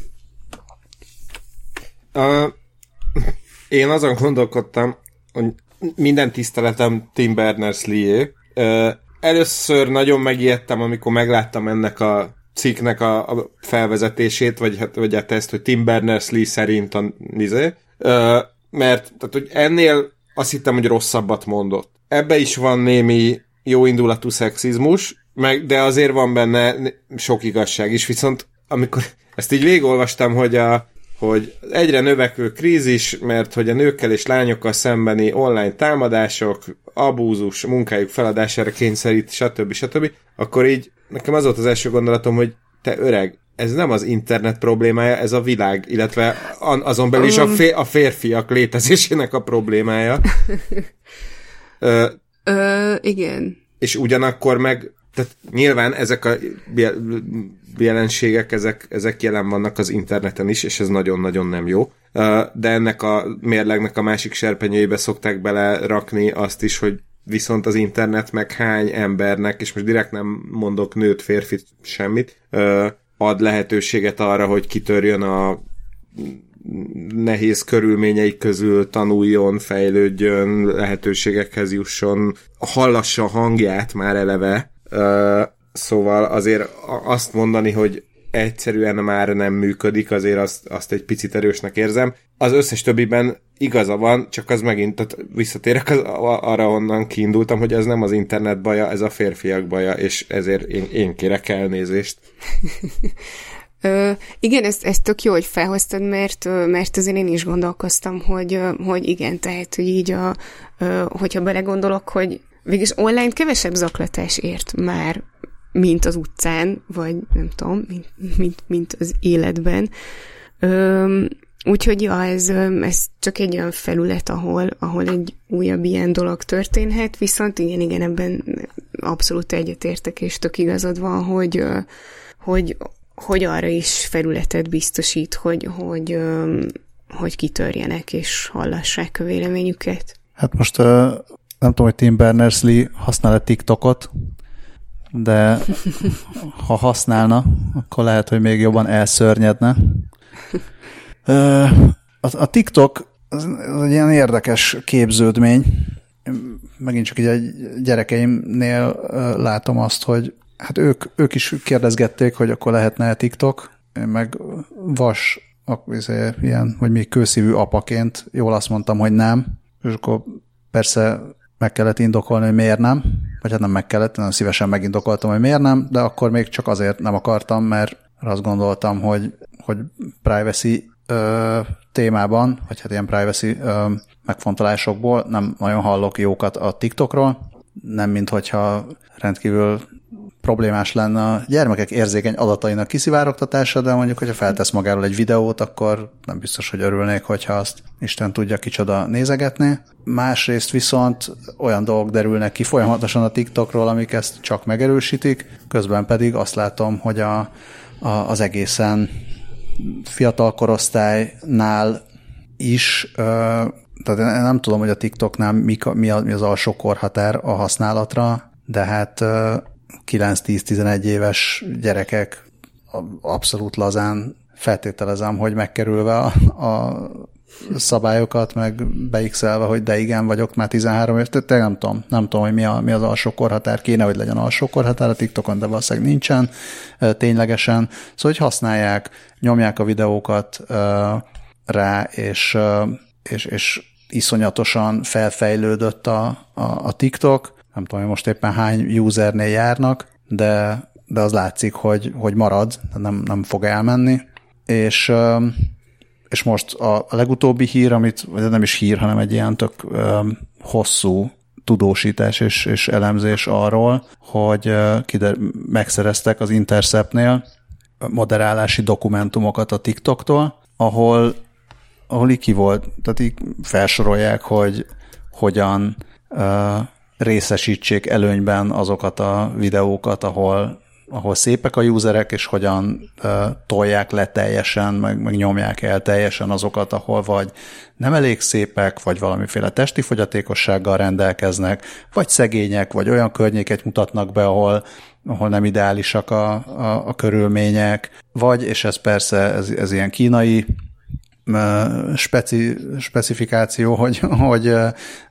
Uh, én azon gondolkodtam, hogy minden tiszteletem Tim Berners-Lee-é. Uh, először nagyon megijedtem, amikor megláttam ennek a cikknek a, a felvezetését, vagy hát, vagy hát ezt, hogy Tim Berners-Lee szerint a izé, mert tehát, hogy ennél azt hittem, hogy rosszabbat mondott. Ebbe is van némi jóindulatú szexizmus, meg, de azért van benne sok igazság is, viszont amikor ezt így végigolvastam, hogy, a, hogy egyre növekvő krízis, mert hogy a nőkkel és lányokkal szembeni online támadások, abúzus, munkájuk feladására kényszerít, stb. stb., akkor így nekem az volt az első gondolatom, hogy te öreg, ez nem az internet problémája, ez a világ, illetve azon belül is a, fér, a férfiak létezésének a problémája. Ö, Ö, igen. És ugyanakkor meg, tehát nyilván ezek a jelenségek, ezek, ezek jelen vannak az interneten is, és ez nagyon-nagyon nem jó. De ennek a mérlegnek a másik serpenyőjébe szokták belerakni azt is, hogy viszont az internet meg hány embernek, és most direkt nem mondok nőt, férfit, semmit, ad lehetőséget arra, hogy kitörjön a nehéz körülményeik közül, tanuljon, fejlődjön, lehetőségekhez jusson, hallassa a hangját már eleve. Szóval azért azt mondani, hogy egyszerűen már nem működik, azért azt, azt egy picit erősnek érzem. Az összes többiben igaza van, csak az megint, tehát visszatérek az, arra, honnan kiindultam, hogy ez nem az internet baja, ez a férfiak baja, és ezért én, én kérek elnézést. Ö, igen, ezt, ezt tök jó, hogy felhoztad, mert, mert azért én is gondolkoztam, hogy, hogy igen, tehát, hogy így, a, hogyha belegondolok, hogy végülis online kevesebb zaklatás ért már, mint az utcán, vagy nem tudom, mint, mint, mint az életben. Ö, úgyhogy ja, ez, ez csak egy olyan felület, ahol, ahol egy újabb ilyen dolog történhet, viszont igen, igen, ebben abszolút egyetértek, és tök igazad van, hogy, hogy hogy arra is felületet biztosít, hogy, hogy, hogy kitörjenek és hallassák a véleményüket. Hát most nem tudom, hogy Tim Berners-Lee használ-e TikTokot, de ha használna, akkor lehet, hogy még jobban elszörnyedne. A TikTok az egy ilyen érdekes képződmény. Megint csak így a gyerekeimnél látom azt, hogy hát ők, ők is kérdezgették, hogy akkor lehetne TikTok, én meg vas, azért, ilyen, vagy még kőszívű apaként jól azt mondtam, hogy nem, és akkor persze meg kellett indokolni, hogy miért nem, vagy hát nem meg kellett, nagyon szívesen megindokoltam, hogy miért nem, de akkor még csak azért nem akartam, mert azt gondoltam, hogy, hogy privacy ö, témában, vagy hát ilyen privacy ö, megfontolásokból nem nagyon hallok jókat a TikTokról, nem minthogyha rendkívül problémás lenne a gyermekek érzékeny adatainak kiszivárogtatása, de mondjuk, hogyha feltesz magáról egy videót, akkor nem biztos, hogy örülnék, hogyha azt Isten tudja kicsoda nézegetni. Másrészt viszont olyan dolgok derülnek ki folyamatosan a TikTokról, amik ezt csak megerősítik, közben pedig azt látom, hogy a, a, az egészen fiatal korosztálynál is, ö, tehát én nem tudom, hogy a TikToknál mi, mi, a, mi az alsó korhatár a használatra, de hát ö, kilenc-tíz-tizenegy éves gyerekek abszolút lazán feltételezem, hogy megkerülve a, a szabályokat, meg beixelve, hogy de igen, vagyok már tizenhárom év, tehát nem tudom, nem tudom, hogy mi, a, mi az alsó korhatár, kéne, hogy legyen alsó korhatár a TikTokon, de valószínűleg nincsen ténylegesen. Szóval, hogy használják, nyomják a videókat uh, rá, és, uh, és, és iszonyatosan felfejlődött a, a, a TikTok. Nem tudom, hogy most éppen hány usernél járnak, de, de az látszik, hogy, hogy marad, nem, nem fog elmenni. És, és most a legutóbbi hír, amit, vagy nem is hír, hanem egy ilyen tök hosszú tudósítás és, és elemzés arról, hogy kider, megszereztek az Interceptnél moderálási dokumentumokat a TikToktól, ahol, ahol így ki volt, tehát így felsorolják, hogy hogyan részesítsék előnyben azokat a videókat, ahol, ahol szépek a userek, és hogyan uh, tolják le teljesen, meg, meg nyomják el teljesen azokat, ahol vagy nem elég szépek, vagy valamiféle testi fogyatékossággal rendelkeznek, vagy szegények, vagy olyan környéket mutatnak be, ahol, ahol nem ideálisak a, a, a körülmények, vagy, és ez persze, ez, ez ilyen kínai uh, speci, specifikáció, hogy, hogy uh,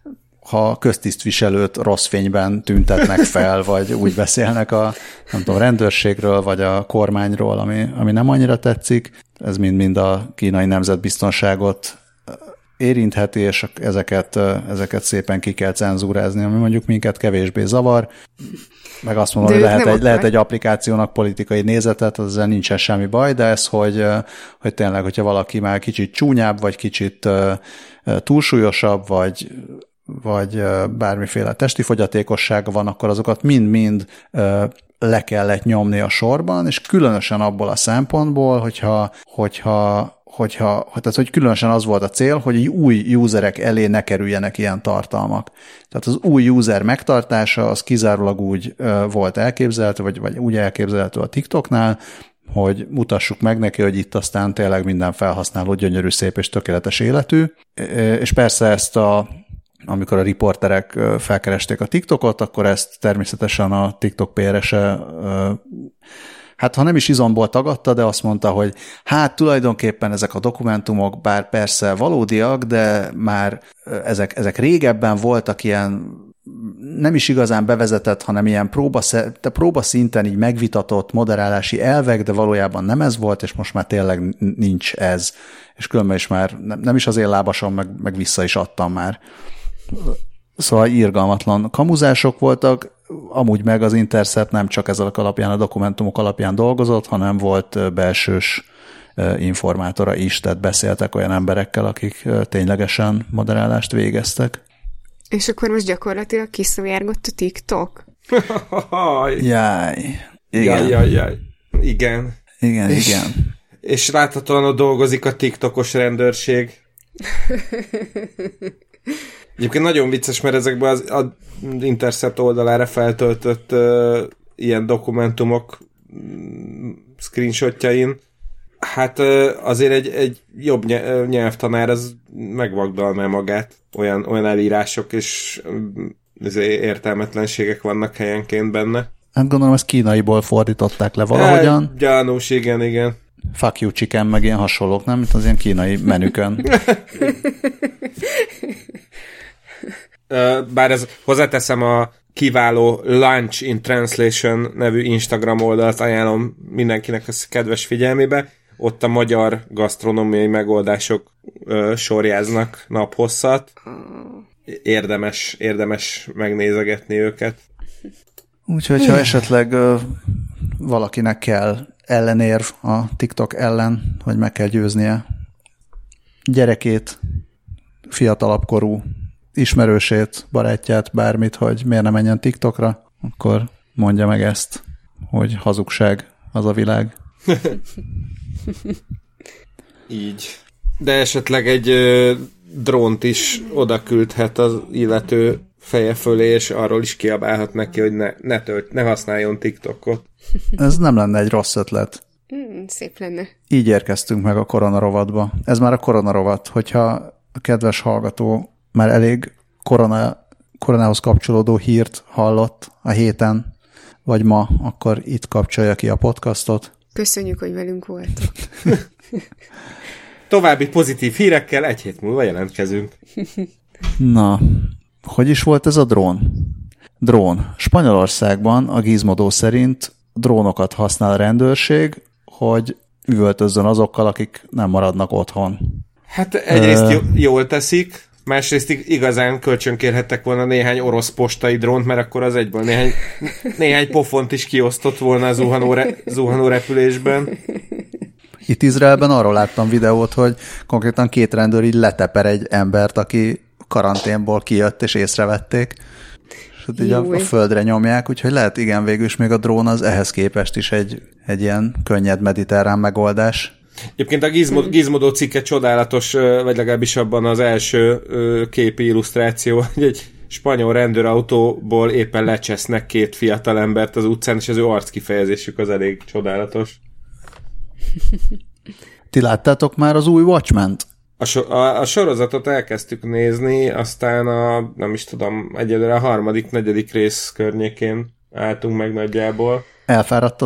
ha köztisztviselőt rossz fényben tüntetnek fel, vagy úgy beszélnek a nem tudom, rendőrségről, vagy a kormányról, ami, ami nem annyira tetszik. Ez mind-mind a kínai nemzetbiztonságot érintheti, és ezeket, ezeket szépen ki kell cenzúrázni, ami mondjuk minket kevésbé zavar. Meg azt mondom, de hogy lehet egy, lehet egy applikációnak politikai nézetet, ezzel nincsen semmi baj, de ez, hogy, hogy tényleg, hogyha valaki már kicsit csúnyább, vagy kicsit túlsúlyosabb, vagy, vagy bármiféle testi fogyatékossága van, akkor azokat mind-mind le kellett nyomni a sorban, és különösen abból a szempontból, hogyha, hogyha hogyha, tehát hogy különösen az volt a cél, hogy új userek elé ne kerüljenek ilyen tartalmak. Tehát az új user megtartása az kizárólag úgy volt elképzelhető, vagy, vagy úgy elképzelhető a TikToknál, hogy mutassuk meg neki, hogy itt aztán tényleg minden felhasználó gyönyörű, szép és tökéletes életű. És persze ezt a amikor a riporterek felkeresték a TikTokot, akkor ezt természetesen a TikTok pé er es-e hát ha nem is izomból tagadta, de azt mondta, hogy hát tulajdonképpen ezek a dokumentumok bár persze valódiak, de már ezek, ezek régebben voltak ilyen nem is igazán bevezetett, hanem ilyen próba, próba szinten így megvitatott moderálási elvek, de valójában nem ez volt, és most már tényleg nincs ez. És különben is már nem, nem is az én lábasom, meg, meg vissza is adtam már. Szóval irgalmatlan kamuzások voltak, amúgy meg az Intercept nem csak ezek alapján, a dokumentumok alapján dolgozott, hanem volt belsős informátora is, tehát beszéltek olyan emberekkel, akik ténylegesen moderálást végeztek. És akkor most gyakorlatilag kiszivárgott a TikTok? Jaj. Igen. Jaj, jaj, jaj. Igen. Igen, és, igen. És láthatóan ott dolgozik a TikTokos rendőrség. Egyébként nagyon vicces, mert ezekben az, az Intercept oldalára feltöltött uh, ilyen dokumentumok mm, screenshotjain, hát uh, azért egy, egy jobb nyelvtanár az megvagdalná magát. Olyan, olyan elírások és um, értelmetlenségek vannak helyenként benne. Hát gondolom, ezt kínaiból fordították le valahogyan. Hát, gyanús, igen, igen. Fuck you chicken, meg ilyen hasonlók, nem? Mint az ilyen kínai menükön. Bár ez, hozzáteszem, a kiváló Lunch in Translation nevű Instagram oldalt ajánlom mindenkinek a kedves figyelmébe. Ott a magyar gasztronómiai megoldások ö, sorjáznak naphosszat. Érdemes, érdemes megnézegetni őket. Úgyhogy, ha esetleg ö, valakinek kell ellenérv a TikTok ellen, hogy meg kell győznie gyerekét, fiatalabb korú ismerősét, barátját, bármit, hogy miért ne menjen TikTokra, akkor mondja meg ezt, hogy hazugság az a világ. Így. De esetleg egy ö, drónt is oda küldhet az illető feje fölé, és arról is kiabálhat neki, hogy ne, ne, tölt, ne használjon TikTokot. Ez nem lenne egy rossz ötlet. Mm, szép lenne. Így érkeztünk meg a koronarovatba. Ez már a koronarovat, hogyha a kedves hallgató már elég korona, koronához kapcsolódó hírt hallott a héten, vagy ma, akkor itt kapcsolja ki a podcastot. Köszönjük, hogy velünk voltok. További pozitív hírekkel egy hét múlva jelentkezünk. Na, hogy is volt ez a drón? Drón. Spanyolországban a Gizmodo szerint drónokat használ a rendőrség, hogy üvöltözzön azokkal, akik nem maradnak otthon. Hát egyrészt uh, jól teszik, másrészt igazán kölcsönkérhettek volna néhány orosz postai drónt, mert akkor az egyből néhány, néhány pofont is kiosztott volna a zuhanó, re, zuhanó repülésben. Itt Izraelben arról láttam videót, hogy konkrétan két rendőr így leteper egy embert, aki karanténból kijött és észrevették, és így a, a földre nyomják, úgyhogy lehet igen, végül is még a drón az ehhez képest is egy, egy ilyen könnyed mediterrán megoldás. Egyébként a Gizmodo, Gizmodo cikke csodálatos, vagy legalábbis abban az első képi illusztráció, hogy egy spanyol rendőrautóból éppen lecsesznek két fiatal embert az utcán, és az ő arckifejezésük az elég csodálatos. Ti láttátok már az új Watchmen-t? A, so- a, a sorozatot elkezdtük nézni, aztán a, nem is tudom, egyelőre a harmadik, negyedik rész környékén álltunk meg nagyjából. Elfáradtatok?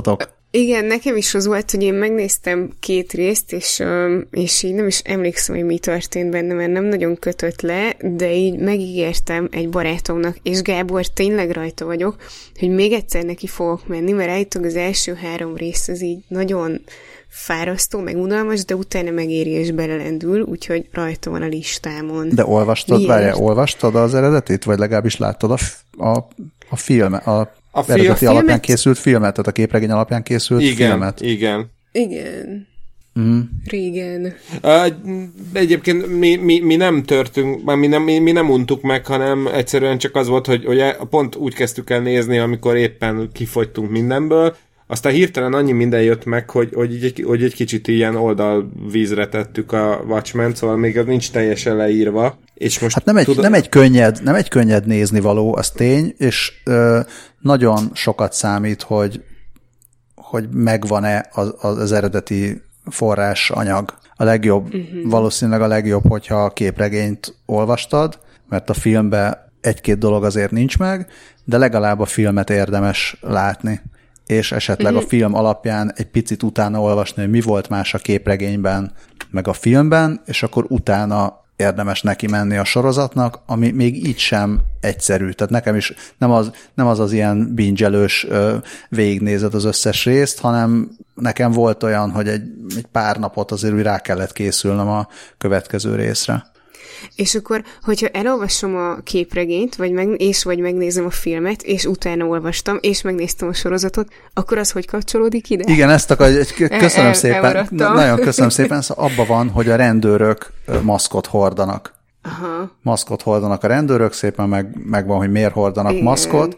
Igen, nekem is az volt, hogy én megnéztem két részt, és, és így nem is emlékszem, hogy mi történt benne, mert nem nagyon kötött le, de így megígértem egy barátomnak, és Gábor, tényleg rajta vagyok, hogy még egyszer neki fogok menni, mert állítólag az első három rész az így nagyon fárasztó, meg unalmas, de utána megéri és belelendül, úgyhogy rajta van a listámon. De olvastad, várjál, olvastad az eredetit, vagy legalábbis láttad a, a, a film, a A film, eredeti alapján filmet? készült filmet, tehát a képregény alapján készült igen, filmet. Igen, igen. Mm. Régen. Uh, egyébként mi, mi, mi nem törtünk, mi nem, mi, mi nem untuk meg, hanem egyszerűen csak az volt, hogy, hogy pont úgy kezdtük el nézni, amikor éppen kifogytunk mindenből, aztán hirtelen annyi minden jött meg, hogy, hogy, egy, hogy egy kicsit ilyen oldalvízre tettük a Watchmen, szóval még nincs teljesen leírva. És most hát nem egy, tudod... nem, egy könnyed, nem egy könnyed néznivaló, az tény, és ö, nagyon sokat számít, hogy, hogy megvan-e az, az eredeti forrásanyag. A legjobb, uh-huh. valószínűleg a legjobb, hogyha a képregényt olvastad, mert a filmben egy-két dolog azért nincs meg, de legalább a filmet érdemes látni, és esetleg uh-huh. a film alapján egy picit utána olvasni, hogy mi volt más a képregényben, meg a filmben, és akkor utána érdemes neki menni a sorozatnak, ami még így sem egyszerű. Tehát nekem is nem az nem az, az ilyen bingelős végignézed az összes részt, hanem nekem volt olyan, hogy egy, egy pár napot azért úgy rá kellett készülnöm a következő részre. És akkor, hogyha elolvasom a képregényt, vagy meg, és vagy megnézem a filmet, és utána olvastam, és megnéztem a sorozatot, akkor az hogy kapcsolódik ide? Igen, ezt akar, köszönöm el, szépen. El, nagyon köszönöm szépen. Szóval abban van, hogy a rendőrök maszkot hordanak. Aha. Maszkot hordanak a rendőrök, szépen meg, meg van, hogy miért hordanak igen. maszkot,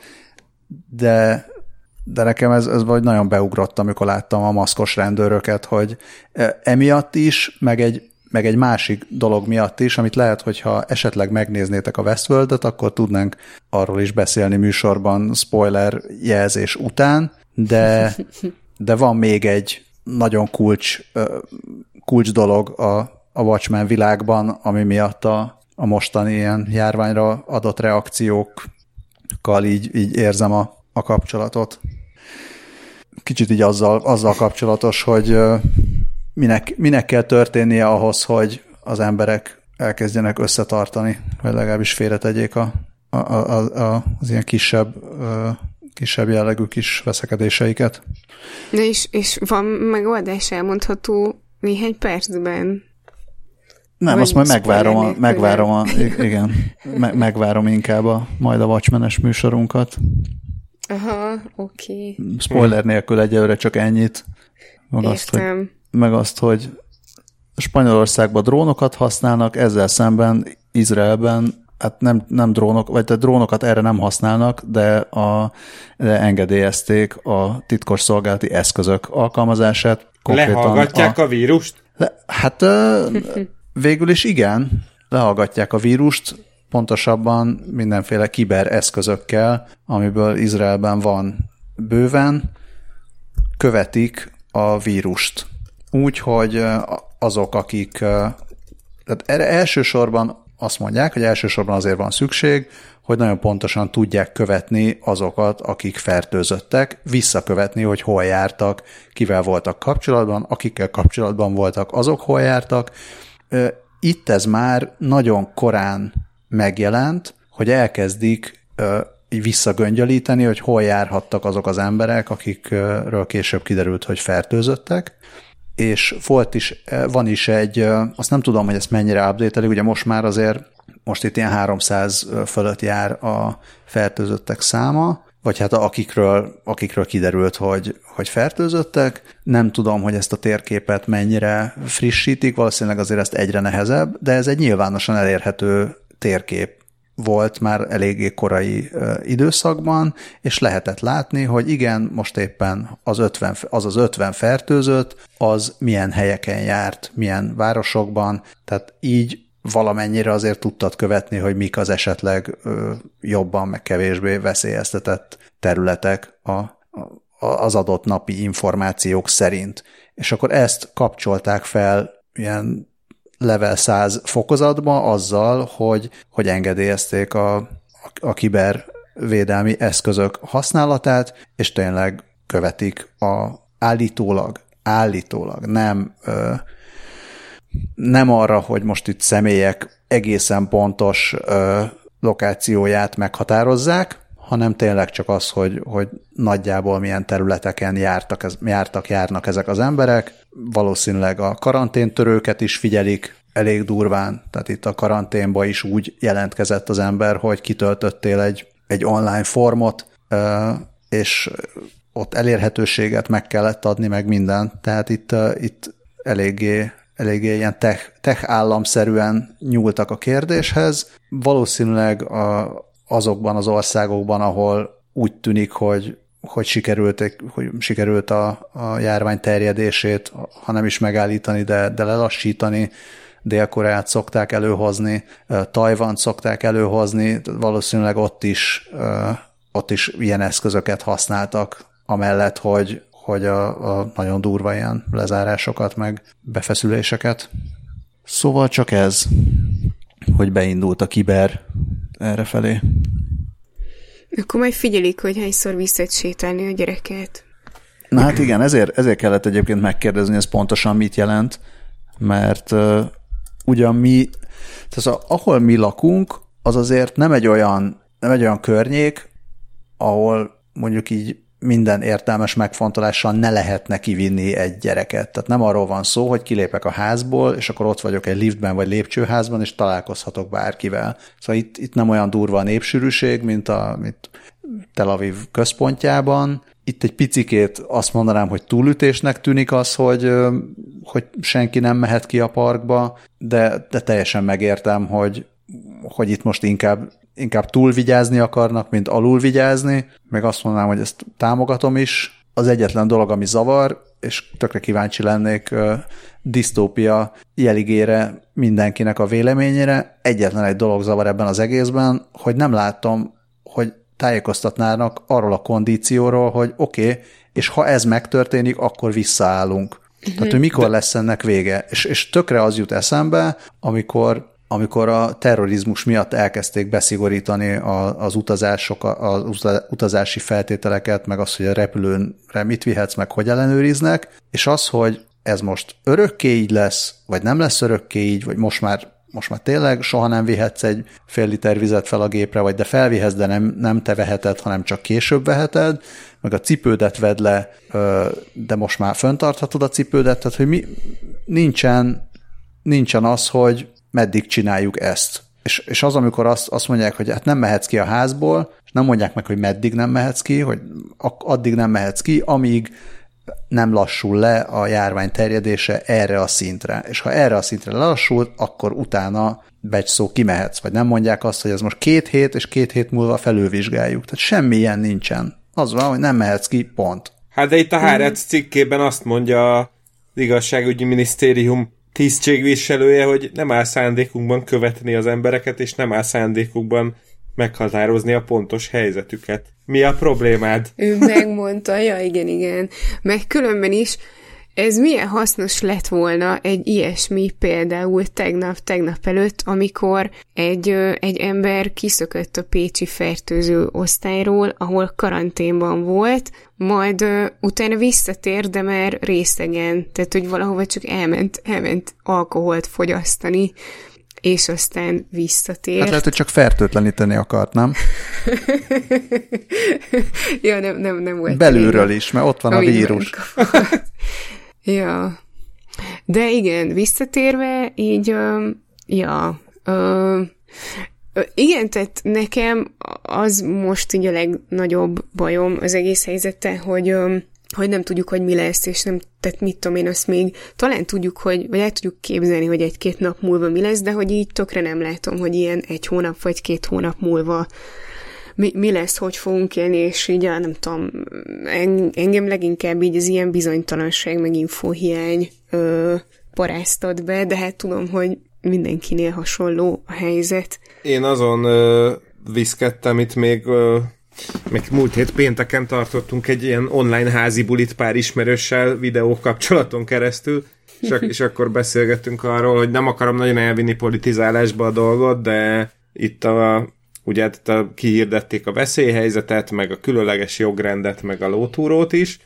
de, de nekem ez, ez vagy nagyon beugrott, amikor láttam a maszkos rendőröket, hogy emiatt is, meg egy meg egy másik dolog miatt is, amit lehet, hogyha esetleg megnéznétek a Westworld-et, akkor tudnánk arról is beszélni műsorban spoiler jelzés után, de, de van még egy nagyon kulcs, kulcs dolog a, a Watchmen világban, ami miatt a, a mostani ilyen járványra adott reakciókkal így, így érzem a, a kapcsolatot. Kicsit így azzal, azzal kapcsolatos, hogy Minek, minek kell történnie ahhoz, hogy az emberek elkezdjenek összetartani, vagy legalábbis félretegyék a, a, a, a, az ilyen kisebb, kisebb jellegű kis veszekedéseiket. Na és, és van megoldás elmondható néhány percben? Nem, vagy azt majd megvárom, a, megvárom a, igen, me, megvárom inkább a, majd a Watchmen-es műsorunkat. Aha, oké. Okay. Spoiler nélkül egyelőre csak ennyit. Meg azt, hogy meg azt, hogy Spanyolországban drónokat használnak, ezzel szemben Izraelben hát nem, nem drónok, vagy tehát drónokat erre nem használnak, de, a, de engedélyezték a titkos szolgálati eszközök alkalmazását. Lehallgatják a, a vírust? Le, hát végül is igen, lehallgatják a vírust, pontosabban mindenféle kibereszközökkel, amiből Izraelben van bőven, követik a vírust. Úgy, hogy azok, akik... Tehát elsősorban azt mondják, hogy elsősorban azért van szükség, hogy nagyon pontosan tudják követni azokat, akik fertőzöttek, visszakövetni, hogy hol jártak, kivel voltak kapcsolatban, akikkel kapcsolatban voltak, azok hol jártak. Itt ez már nagyon korán megjelent, hogy elkezdik így visszagöngyölíteni, hogy hol járhattak azok az emberek, akikről később kiderült, hogy fertőzöttek, és volt is, van is egy, azt nem tudom, hogy ezt mennyire update-elik, ugye most már azért, most itt ilyen háromszáz fölött jár a fertőzöttek száma, vagy hát akikről, akikről kiderült, hogy, hogy fertőzöttek. Nem tudom, hogy ezt a térképet mennyire frissítik, valószínűleg azért ezt egyre nehezebb, de ez egy nyilvánosan elérhető térkép volt már eléggé korai uh, időszakban, és lehetett látni, hogy igen, most éppen az, ötven, az az ötven fertőzött, az milyen helyeken járt, milyen városokban, tehát így valamennyire azért tudtad követni, hogy mik az esetleg uh, jobban, meg kevésbé veszélyeztetett területek a, a, az adott napi információk szerint. És akkor ezt kapcsolták fel ilyen level száz fokozatba azzal, hogy, hogy engedélyezték a, a, a kibervédelmi eszközök használatát, és tényleg követik a állítólag, állítólag nem, ö, nem arra, hogy most itt személyek egészen pontos ö, lokációját meghatározzák, hanem tényleg csak az, hogy, hogy nagyjából milyen területeken jártak, jártak, járnak ezek az emberek. Valószínűleg a karanténtörőket is figyelik elég durván, tehát itt a karanténba is úgy jelentkezett az ember, hogy kitöltöttél egy, egy online formot, és ott elérhetőséget meg kellett adni, meg mindent. Tehát itt, itt eléggé, eléggé ilyen tech, tech államszerűen nyúltak a kérdéshez. Valószínűleg a, azokban az országokban, ahol úgy tűnik, hogy, hogy sikerült, hogy sikerült a, a járvány terjedését, ha nem is megállítani, de, de lelassítani, Dél-Koreát szokták előhozni, Tajvant szokták előhozni, valószínűleg ott is, ott is ilyen eszközöket használtak, amellett, hogy, hogy a, a nagyon durva ilyen lezárásokat, meg befeszüléseket. Szóval csak ez, hogy beindult a kiber errefelé. Akkor majd figyelik, hogy hányszor visszat sétálni a gyereket. Na hát igen, ezért, ezért kellett egyébként megkérdezni, ez pontosan mit jelent, mert uh, ugyan mi, tehát az, ahol mi lakunk, az azért nem egy olyan, nem egy olyan környék, ahol mondjuk így minden értelmes megfontolással ne lehetne kivinni egy gyereket. Tehát nem arról van szó, hogy kilépek a házból, és akkor ott vagyok egy liftben vagy lépcsőházban, és találkozhatok bárkivel. Szóval itt, itt nem olyan durva a népsűrűség, mint a mint Tel Aviv központjában. Itt egy picikét azt mondanám, hogy túlütésnek tűnik az, hogy, hogy senki nem mehet ki a parkba, de, de teljesen megértem, hogy, hogy itt most inkább inkább túlvigyázni akarnak, mint alulvigyázni, meg azt mondanám, hogy ezt támogatom is. Az egyetlen dolog, ami zavar, és tökre kíváncsi lennék uh, disztópia jeligére mindenkinek a véleményére, egyetlen egy dolog zavar ebben az egészben, hogy nem látom, hogy tájékoztatnának arról a kondícióról, hogy oké, okay, és ha ez megtörténik, akkor visszaállunk. Uh-huh. Tehát, hogy mikor lesz ennek vége. És, és tökre az jut eszembe, amikor amikor a terrorizmus miatt elkezdték beszigorítani az utazások, az utazási feltételeket, meg az, hogy a repülőre mit vihetsz, meg hogy ellenőriznek, és az, hogy ez most örökké így lesz, vagy nem lesz örökké így, vagy most már, most már tényleg soha nem vihetsz egy fél liter vizet fel a gépre, vagy de felvihetsz, de nem, nem te veheted, hanem csak később veheted, meg a cipődet vedd le, de most már föntarthatod a cipődet, tehát hogy mi, nincsen, nincsen az, hogy meddig csináljuk ezt. És, és az, amikor azt, azt mondják, hogy hát nem mehetsz ki a házból, és nem mondják meg, hogy meddig nem mehetsz ki, hogy addig nem mehetsz ki, amíg nem lassul le a járvány terjedése erre a szintre. És ha erre a szintre lelassult, akkor utána becsszó kimehetsz. Vagy nem mondják azt, hogy ez most két hét, és két hét múlva felülvizsgáljuk. Tehát semmi ilyen nincsen. Az van, hogy nem mehetsz ki, pont. Hát de itt a Haaretz cikkében azt mondja az igazságügyi minisztérium tisztségviselője, hogy nem áll szándékunkban követni az embereket, és nem áll szándékukban meghatározni a pontos helyzetüket. Mi a problémád? Ő megmondta, ja igen, igen. Meg különben is, ez milyen hasznos lett volna egy ilyesmi például tegnap, tegnap előtt, amikor egy, egy ember kiszökött a pécsi fertőző osztályról, ahol karanténban volt, majd uh, utána visszatér, de már részegen, tehát hogy valahova csak elment, elment alkoholt fogyasztani, és aztán visszatért. Hát lehet, hogy csak fertőtleníteni akart, nem? ja, nem, nem, nem volt. Belülről is, mert ott van a vírus. Ja. De igen, visszatérve, így, uh, ja, uh, igen, tehát nekem az most így a legnagyobb bajom az egész helyzete, hogy, hogy nem tudjuk, hogy mi lesz, és nem, tehát mit tudom én, azt még talán tudjuk, hogy, vagy el tudjuk képzelni, hogy egy-két nap múlva mi lesz, de hogy így tökre nem látom, hogy ilyen egy hónap vagy két hónap múlva mi, mi lesz, hogy fogunk élni, és így nem tudom, engem leginkább így az ilyen bizonytalanság, meg infóhiány ö, paráztat be, de hát tudom, hogy mindenkinél hasonló a helyzet. Én azon ö, viszkedtem itt még, ö, még múlt hét pénteken tartottunk egy ilyen online házi bulit pár ismerőssel videó kapcsolaton keresztül, és, ak- és akkor beszélgettünk arról, hogy nem akarom nagyon elvinni politizálásba a dolgot, de itt a, ugye itt a, kihirdették a veszélyhelyzetet, meg a különleges jogrendet, meg a lótúrót is,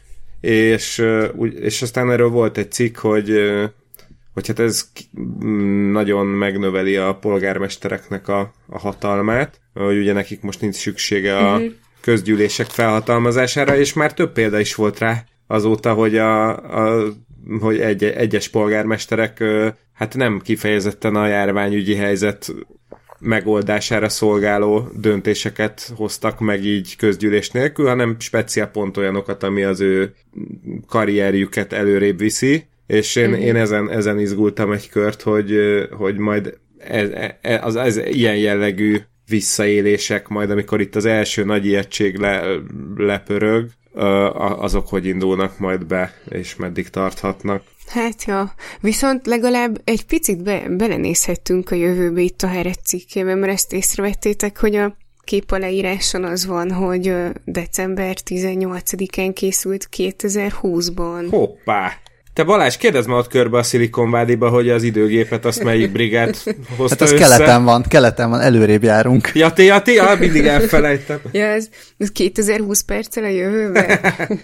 és, és aztán erről volt egy cikk, hogy, hogy hát ez nagyon megnöveli a polgármestereknek a, a hatalmát, hogy ugye nekik most nincs szüksége a uh-huh. közgyűlések felhatalmazására, és már több példa is volt rá azóta, hogy, a, a, hogy egy, egyes polgármesterek hát nem kifejezetten a járványügyi helyzet megoldására szolgáló döntéseket hoztak meg így közgyűlés nélkül, hanem speciál pont olyanokat, ami az ő karrierjüket előrébb viszi, és én, mm-hmm. én ezen, ezen izgultam egy kört, hogy, hogy majd ez, ez, az ilyen jellegű visszaélések, majd amikor itt az első nagy ijegység le, lepörög, azok hogy indulnak majd be, és meddig tarthatnak. Hát ja, viszont legalább egy picit be, belenézhettünk a jövőbe itt a Haaretz cikkében, mert ezt észrevettétek, hogy a kép a leíráson az van, hogy december tizennyolcadikán készült kétezer-húszban. Hoppá! Te Balázs, kérdezd már ott körbe a Silicon Valley-ba, hogy az időgépet azt melyik brigád hozta hát az össze. keleten van, keleten van, előrébb járunk. Ja, ti, ja, ti, ja, mindig elfelejtem. Ja, ez, ez kétezer-húsz perccel a jövőben.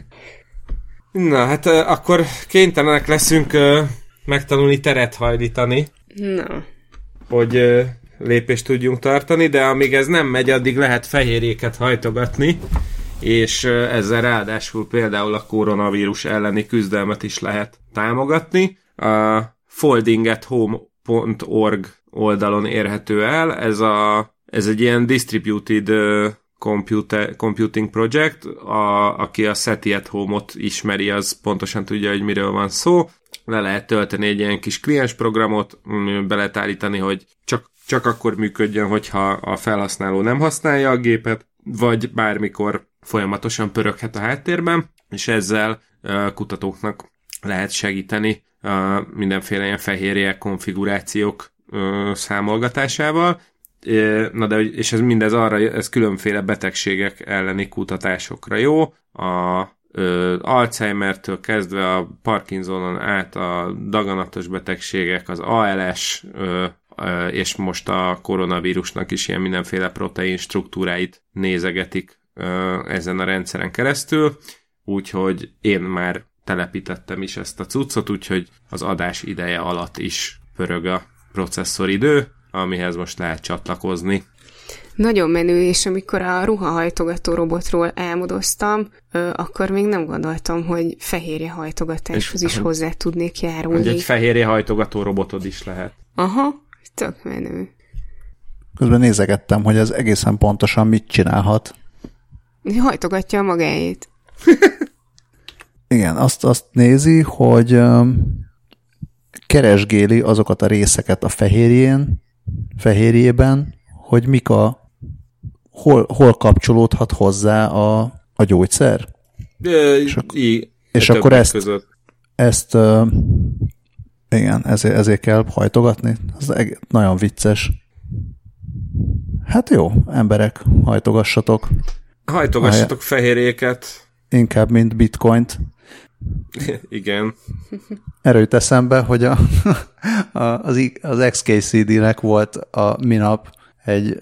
Na, hát uh, akkor kénytelenek leszünk uh, megtanulni teret hajlítani. Na. Hogy uh, lépést tudjunk tartani, de amíg ez nem megy, addig lehet fehérjéket hajtogatni, és uh, ezzel ráadásul például a koronavírus elleni küzdelmet is lehet támogatni. A folding at home pont org oldalon érhető el. Ez, a, ez egy ilyen distributed uh, Computer, computing project, a, aki a SETI at Home-ot ismeri, az pontosan tudja, hogy miről van szó. Le lehet tölteni egy ilyen kis kliensprogramot, be lehet állítani, hogy csak, csak akkor működjön, hogyha a felhasználó nem használja a gépet, vagy bármikor folyamatosan pöröghet a háttérben, és ezzel uh, kutatóknak lehet segíteni uh, mindenféle ilyen fehérje konfigurációk uh, számolgatásával. Na de, és ez mindez arra, ez különféle betegségek elleni kutatásokra jó. A ö, Alzheimertől kezdve a Parkinsonon át a daganatos betegségek, az á el es, ö, ö, és most a koronavírusnak is ilyen mindenféle protein struktúráit nézegetik ö, ezen a rendszeren keresztül. Úgyhogy én már telepítettem is ezt a cuccot, úgyhogy az adás ideje alatt is pörög a processzoridő, amihez most lehet csatlakozni. Nagyon menő, és amikor a ruhahajtogató robotról álmodoztam, akkor még nem gondoltam, hogy fehérjehajtogatáshoz is hozzá tudnék járulni. Hogy egy fehérjehajtogató robotod is lehet. Aha, tök menő. Közben nézegettem, hogy ez egészen pontosan mit csinálhat. Hajtogatja a magáét. Igen, azt, azt nézi, hogy keresgéli azokat a részeket a fehérjén, fehérjében, hogy mik a, hol, hol kapcsolódhat hozzá a, a gyógyszer. De, és ak- í, és akkor ezt, között. ezt uh, igen, ezért, ezért kell hajtogatni. Ez eg- nagyon vicces. Hát jó, emberek, hajtogassatok. Hajtogassatok Aj- fehérjéket. Inkább, mint bitcoint. Igen. Erről jut eszembe, hogy a, a, az, az iksz ká cé dé-nek volt a minap egy,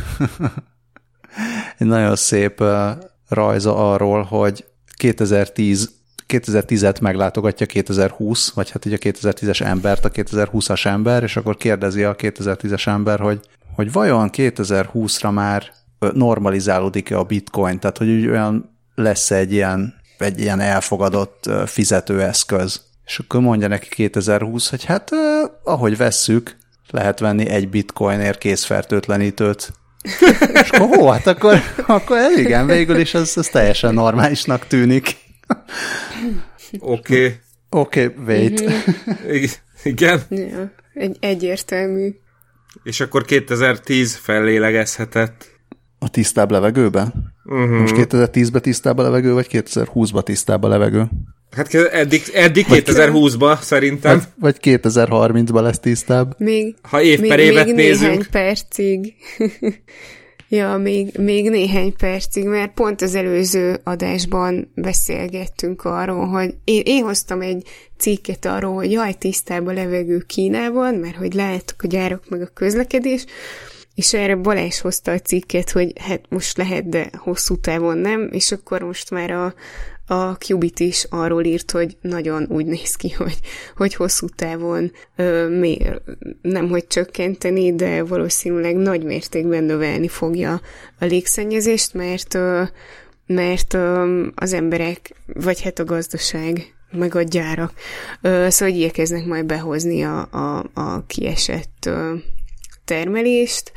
egy nagyon szép rajza arról, hogy kétezer-tíz, kétezer-tízet meglátogatja kétezer-húsz, vagy hát így a kétezer-tízes embert, a kétezer-húszas ember, és akkor kérdezi a kétezer-tízes ember, hogy, hogy vajon kétezer-húszra már normalizálódik-e a bitcoin, tehát hogy úgy olyan lesz egy ilyen egy ilyen elfogadott fizetőeszköz. És akkor mondja neki kétezer-húsz, hogy hát eh, ahogy vesszük, lehet venni egy bitcoinért készfertőtlenítőt. És akkor hó, hát akkor, akkor igen, végül is ez, ez teljesen normálisnak tűnik. Oké. Okay. Oké, okay, wait. Mm-hmm. Igen? Ja, egy, egyértelmű. És akkor kétezer-tíz fellélegezhetett. A tisztább levegőben? Uh-huh. Most kétezer-tízben tisztább a levegő, vagy kétezer-húszban tisztább a levegő? Hát eddig, eddig kétezer-húszban szerintem. Vagy, vagy kétezer-harmincban lesz tisztább. Még, ha év még, per évet még nézünk. Néhány percig. ja, még, még néhány percig, mert pont az előző adásban beszélgettünk arról, hogy én, én hoztam egy cikket arról, hogy jaj, tisztább a levegő Kínában, mert hogy láttuk a gyárak meg a közlekedés, és erre Balázs hozta a cikket, hogy hát most lehet, de hosszú távon nem, és akkor most már a, a Qubit is arról írt, hogy nagyon úgy néz ki, hogy, hogy hosszú távon ö, mér, nem hogy csökkenteni, de valószínűleg nagy mértékben növelni fogja a légszennyezést, mert, ö, mert ö, az emberek, vagy hát a gazdaság, meg a gyárak, ö, szóval igyekeznek majd behozni a, a, a kiesett ö, termelést,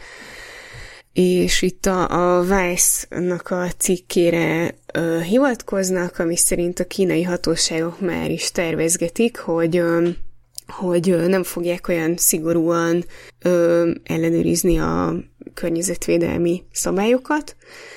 és itt a, a Vice-nak a cikkére ö, hivatkoznak, ami szerint a kínai hatóságok már is tervezgetik, hogy, ö, hogy ö, nem fogják olyan szigorúan ö, ellenőrizni a környezetvédelmi szabályokat.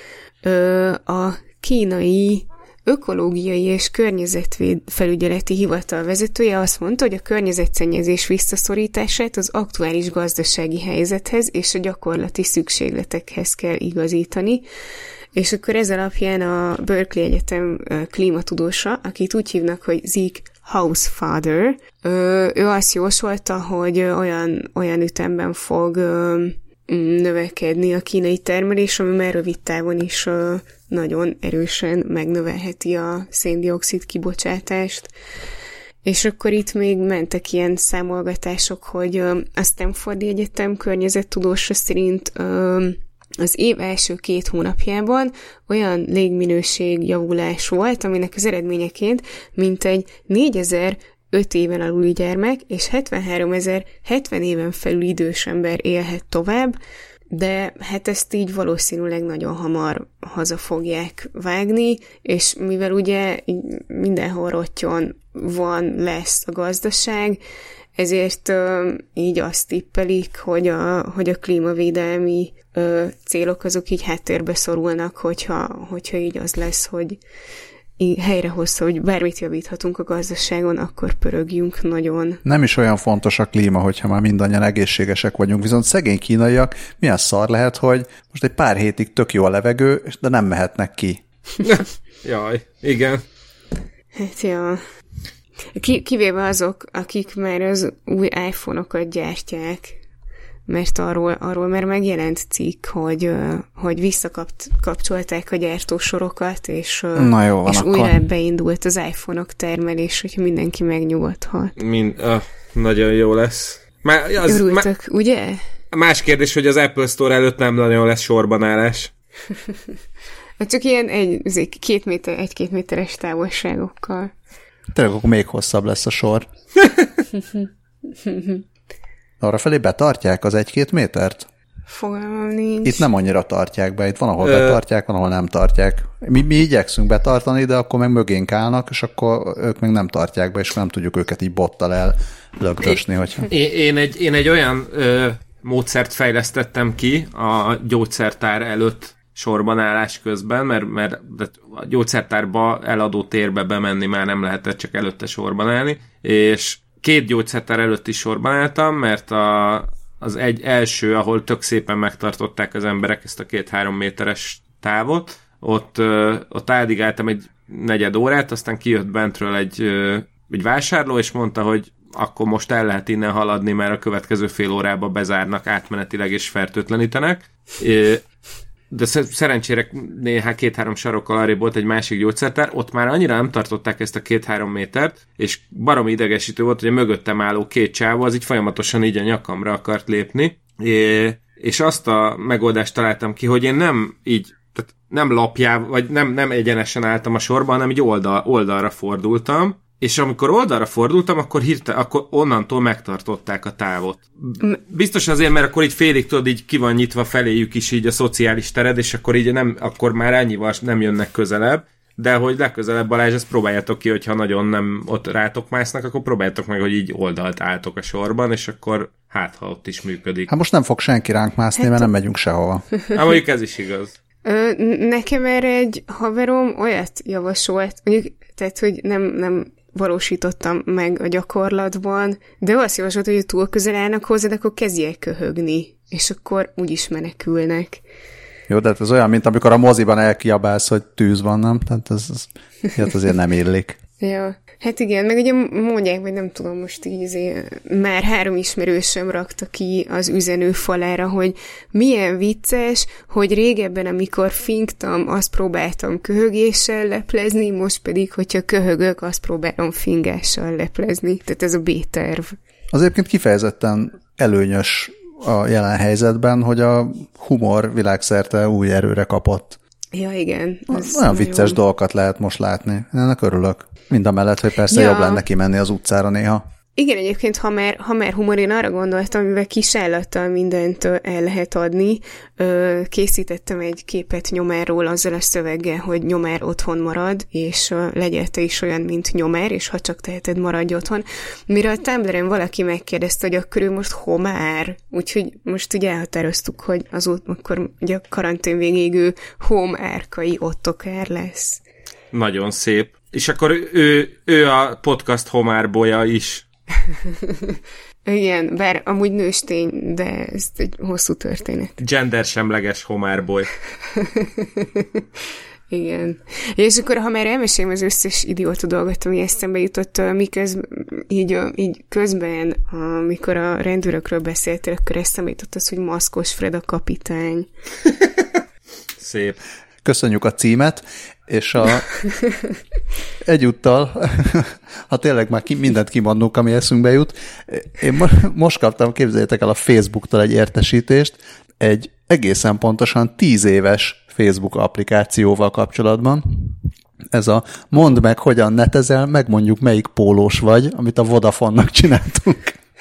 Ö, a kínai ökológiai és környezetfelügyeleti hivatal vezetője azt mondta, hogy a környezetszennyezés visszaszorítását az aktuális gazdasági helyzethez és a gyakorlati szükségletekhez kell igazítani, és akkor ez alapján a Berkeley Egyetem klímatudósa, akit úgy hívnak, hogy Zeke Housefather, ő azt jósolta, hogy olyan, olyan ütemben fog növekedni a kínai termelés, ami már rövid távon is nagyon erősen megnövelheti a széndioxid kibocsátást. És akkor itt még mentek ilyen számolgatások, hogy a Stanfordi Egyetem környezettudósa szerint az év első két hónapjában olyan légminőség javulás volt, aminek az eredményeként mintegy négyezer öt éven aluli gyermek és hetvenháromezer hetven éven felül idős ember élhet tovább, de hát ezt így valószínűleg nagyon hamar haza fogják vágni, és mivel ugye mindenhol rottyon van, lesz a gazdaság, ezért uh, így azt tippelik, hogy a, hogy a klímavédelmi uh, célok azok így háttérbe szorulnak, hogyha, hogyha így az lesz, hogy helyrehozza, hogy bármit javíthatunk a gazdaságon, akkor pörögjünk nagyon. Nem is olyan fontos a klíma, hogyha már mindannyian egészségesek vagyunk, viszont szegény kínaiak milyen szar lehet, hogy most egy pár hétig tök jó a levegő, de nem mehetnek ki. Jaj, igen. Hát ja. Ki, kivéve azok, akik már az új iPhone-okat gyártják, mert arról, arról már megjelent cikk, hogy, hogy visszakapcsolták a gyártósorokat, és, Na jó, van, és akkor. újra beindult az iPhone-ok termelés, hogy mindenki megnyugodhat. Mind, ah, nagyon jó lesz. Má, az, Örültök, má, ugye? Más kérdés, hogy az Apple Store előtt nem nagyon lesz sorbanállás. Hát csak ilyen egy, két méter, egy-két méteres távolságokkal. Tényleg akkor még hosszabb lesz a sor. Arra felé betartják az egy-két métert? Fogalmam nincs. Itt nem annyira tartják be, itt van, ahol Ö... betartják, van, ahol nem tartják. Mi, mi igyekszünk betartani, de akkor meg mögénk állnak, és akkor ők meg nem tartják be, és nem tudjuk őket így bottal ellögdösni. Hogyha... Én, én, egy, én egy olyan ö, módszert fejlesztettem ki a gyógyszertár előtt sorban állás közben, mert, mert a gyógyszertárba eladó térbe bemenni már nem lehetett, csak előtte sorban állni, és két gyógyszertár előtt is sorban álltam, mert a, az egy első, ahol tök szépen megtartották az emberek ezt a két-három méteres távot, ott, ott áldigáltam egy negyed órát, aztán kijött bentről egy, egy vásárló, és mondta, hogy akkor most el lehet innen haladni, mert a következő fél órába bezárnak átmenetileg és fertőtlenítenek. De szerencsére néha két-három sarokkal arrébb volt egy másik gyógyszertár, ott már annyira nem tartották ezt a két-három métert, és baromi idegesítő volt, hogy a mögöttem álló két csávó az így folyamatosan így a nyakamra akart lépni, és azt a megoldást találtam ki, hogy én nem így, tehát nem lapjával, vagy nem, nem egyenesen álltam a sorban, hanem így oldal, oldalra fordultam, és amikor oldalra fordultam, akkor hirtelen, akkor onnantól megtartották a távot. Biztos azért, mert akkor így félig tudod, így ki van nyitva feléjük is így a szociális tered, és akkor így nem, akkor már ennyival nem jönnek közelebb, de hogy legközelebb, Balázs, ezt próbáljátok ki, hogyha nagyon nem ott rátok másznak, akkor próbáljátok meg, hogy így oldalt álltok a sorban, és akkor hát, ha ott is működik. Hát most nem fog senki ránk mászni, hát mert nem megyünk sehova. Hát mondjuk ez is igaz. Ö, nekem erre egy haverom olyat javasolt, mondjuk, tehát, hogy nem, nem valósítottam meg a gyakorlatban, de azt javasolt, hogy túl közel állnak hozzád, akkor kezdjék köhögni, és akkor úgyis menekülnek. Jó, de ez olyan, mint amikor a moziban elkiabálsz, hogy tűz van, nem? Tehát ez, ez azért nem illik. Ja, hát igen, meg ugye mondják, vagy nem tudom, most így azért, már három ismerősöm rakta ki az üzenő falára, hogy milyen vicces, hogy régebben, amikor fingtam, azt próbáltam köhögéssel leplezni, most pedig, hogyha köhögök, azt próbálom fingással leplezni. Tehát ez a B-terv. Az egyébként kifejezetten előnyös a jelen helyzetben, hogy a humor világszerte új erőre kapott. Ja, igen. Olyan vicces nagyon... dolgokat lehet most látni. Én ennek örülök. Mindamellett, hogy persze ja. jobb lenne kimenni az utcára néha. Igen, egyébként, ha már, ha már humor, én arra gondoltam, mivel kisállattal mindent el lehet adni. Készítettem egy képet Nyomáról azzal a szöveggel, hogy Nyomár otthon marad, és legyél te is olyan, mint Nyomár, és ha csak teheted, maradj otthon. Mire a Tumblr-en valaki megkérdezte, hogy akkor ő most Homár. Úgyhogy most ugye elhatároztuk, hogy azóta akkor ugye a karantén végéig ő Homárkai Ottokár lesz. Nagyon szép. És akkor ő, ő a podcast homárbolya is. Igen, bár amúgy nőstény, de ez egy hosszú történet. Gendersemleges homárboly. Igen. És akkor, ha már elmesélem az összes idióta dolgot, ami eszembe jutott, miközben, így, így közben, amikor a rendőrökről beszéltél, akkor eszembe jutott az, hogy Maszkos Fred a kapitány. Szép. Köszönjük a címet, és a egyúttal, ha tényleg már ki, mindent kimondunk, ami eszünkbe jut, én mo- most kaptam, képzeljétek el, a Facebooktól egy értesítést, egy egészen pontosan tíz éves Facebook applikációval kapcsolatban. Ez a mondd meg, hogyan netezel, megmondjuk, melyik pólós vagy, amit a Vodafone-nak csináltunk.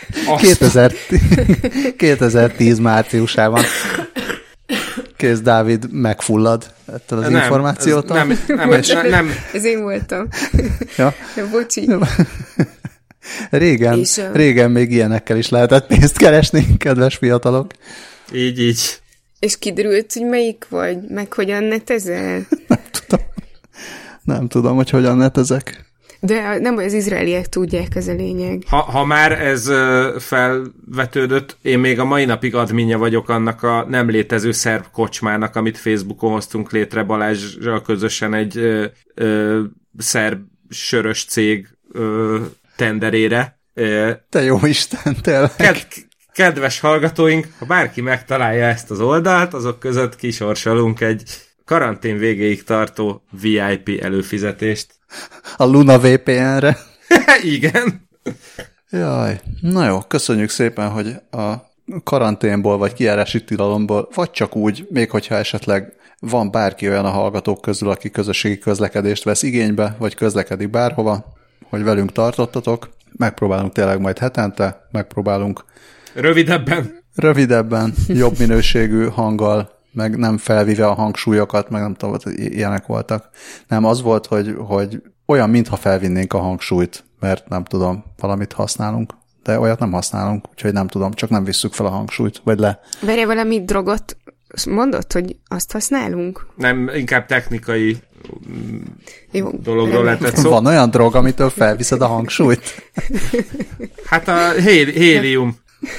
kétezer-tíz márciusában. Kész Dávid megfullad ettől az nem, információtól. Nem, nem, nem, nem, nem. Ez én voltam. Ja. Ja, bocsi. Régen, a... régen még ilyenekkel is lehetett pénzt keresni, kedves fiatalok. Így, így. És kiderült, hogy melyik vagy, meg hogyan netezel? Nem tudom. Nem tudom, hogy hogyan netezek. De nem, az izraeliek tudják, ez a lényeg. Ha, ha már ez uh, felvetődött, én még a mai napig adminja vagyok annak a nem létező szerb kocsmának, amit Facebookon hoztunk létre Balázsral közösen egy uh, uh, szerb sörös cég uh, tenderére. Uh, Te jó Isten, tényleg. Ked, kedves hallgatóink, ha bárki megtalálja ezt az oldalt, azok között kisorsolunk egy karantén végéig tartó vé i pé előfizetést. A Luna vé pé en-re. Igen. Jaj, na jó, köszönjük szépen, hogy a karanténból, vagy kijárási tilalomból, vagy csak úgy, még hogyha esetleg van bárki olyan a hallgatók közül, aki közösségi közlekedést vesz igénybe, vagy közlekedik bárhova, hogy velünk tartottatok. Megpróbálunk tényleg majd hetente, megpróbálunk rövidebben. Rövidebben, jobb minőségű hanggal, meg nem felvíve a hangsúlyokat, meg nem tudom, hogy ilyenek voltak. Nem, az volt, hogy, hogy olyan, mintha felvinnénk a hangsúlyt, mert nem tudom, valamit használunk, de olyat nem használunk, úgyhogy nem tudom, csak nem visszük fel a hangsúlyt, vagy le. Verje valami drogot mondott, hogy azt használunk? Nem, inkább technikai jó, dologról lehetett szó. Van olyan drog, amitől felviszed a hangsúlyt? Hát a héli- hélium.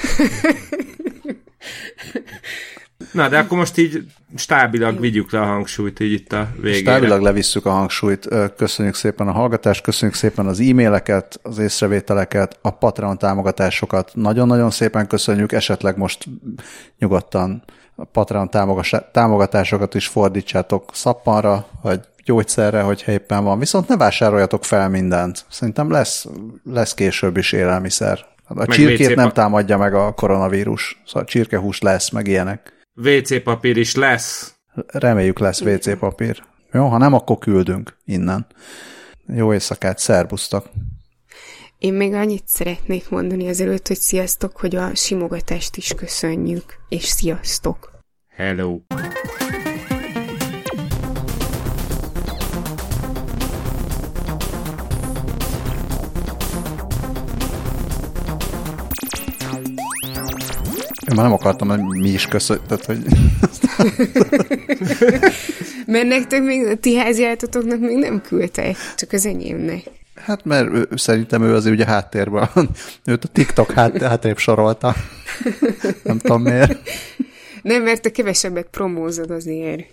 Na, de akkor most így stábilag vigyük le a hangsúlyt így itt a végére. Stábilag levisszük a hangsúlyt. Köszönjük szépen a hallgatást, köszönjük szépen az e-maileket, az észrevételeket, a Patreon támogatásokat. Nagyon-nagyon szépen köszönjük, esetleg most nyugodtan a Patreon támogatásokat is fordítsátok szappanra, vagy gyógyszerre, hogyha éppen van. Viszont ne vásároljatok fel mindent. Szerintem lesz, lesz később is élelmiszer. A meg csirkét nem támadja meg a koronavírus. Szóval csirkehús lesz, meg ilyenek. vé cé papír is lesz. Reméljük lesz vé cé papír. Jó, ha nem, akkor küldünk innen. Jó éjszakát, szerbusztok! Én még annyit szeretnék mondani azelőtt, hogy sziasztok, hogy a simogatást is köszönjük. És sziasztok! Hello! Én már nem akartam, hogy mi is köszöntet, hogy... Mert nektek még a ti háziátotoknak még nem küldtek, csak az enyémnek. Hát mert ő, szerintem ő azért ugye háttérben, őt a TikTok hát, hátrébb sorolta. Nem tudom miért. Nem, mert te kevesebbet promózod azért.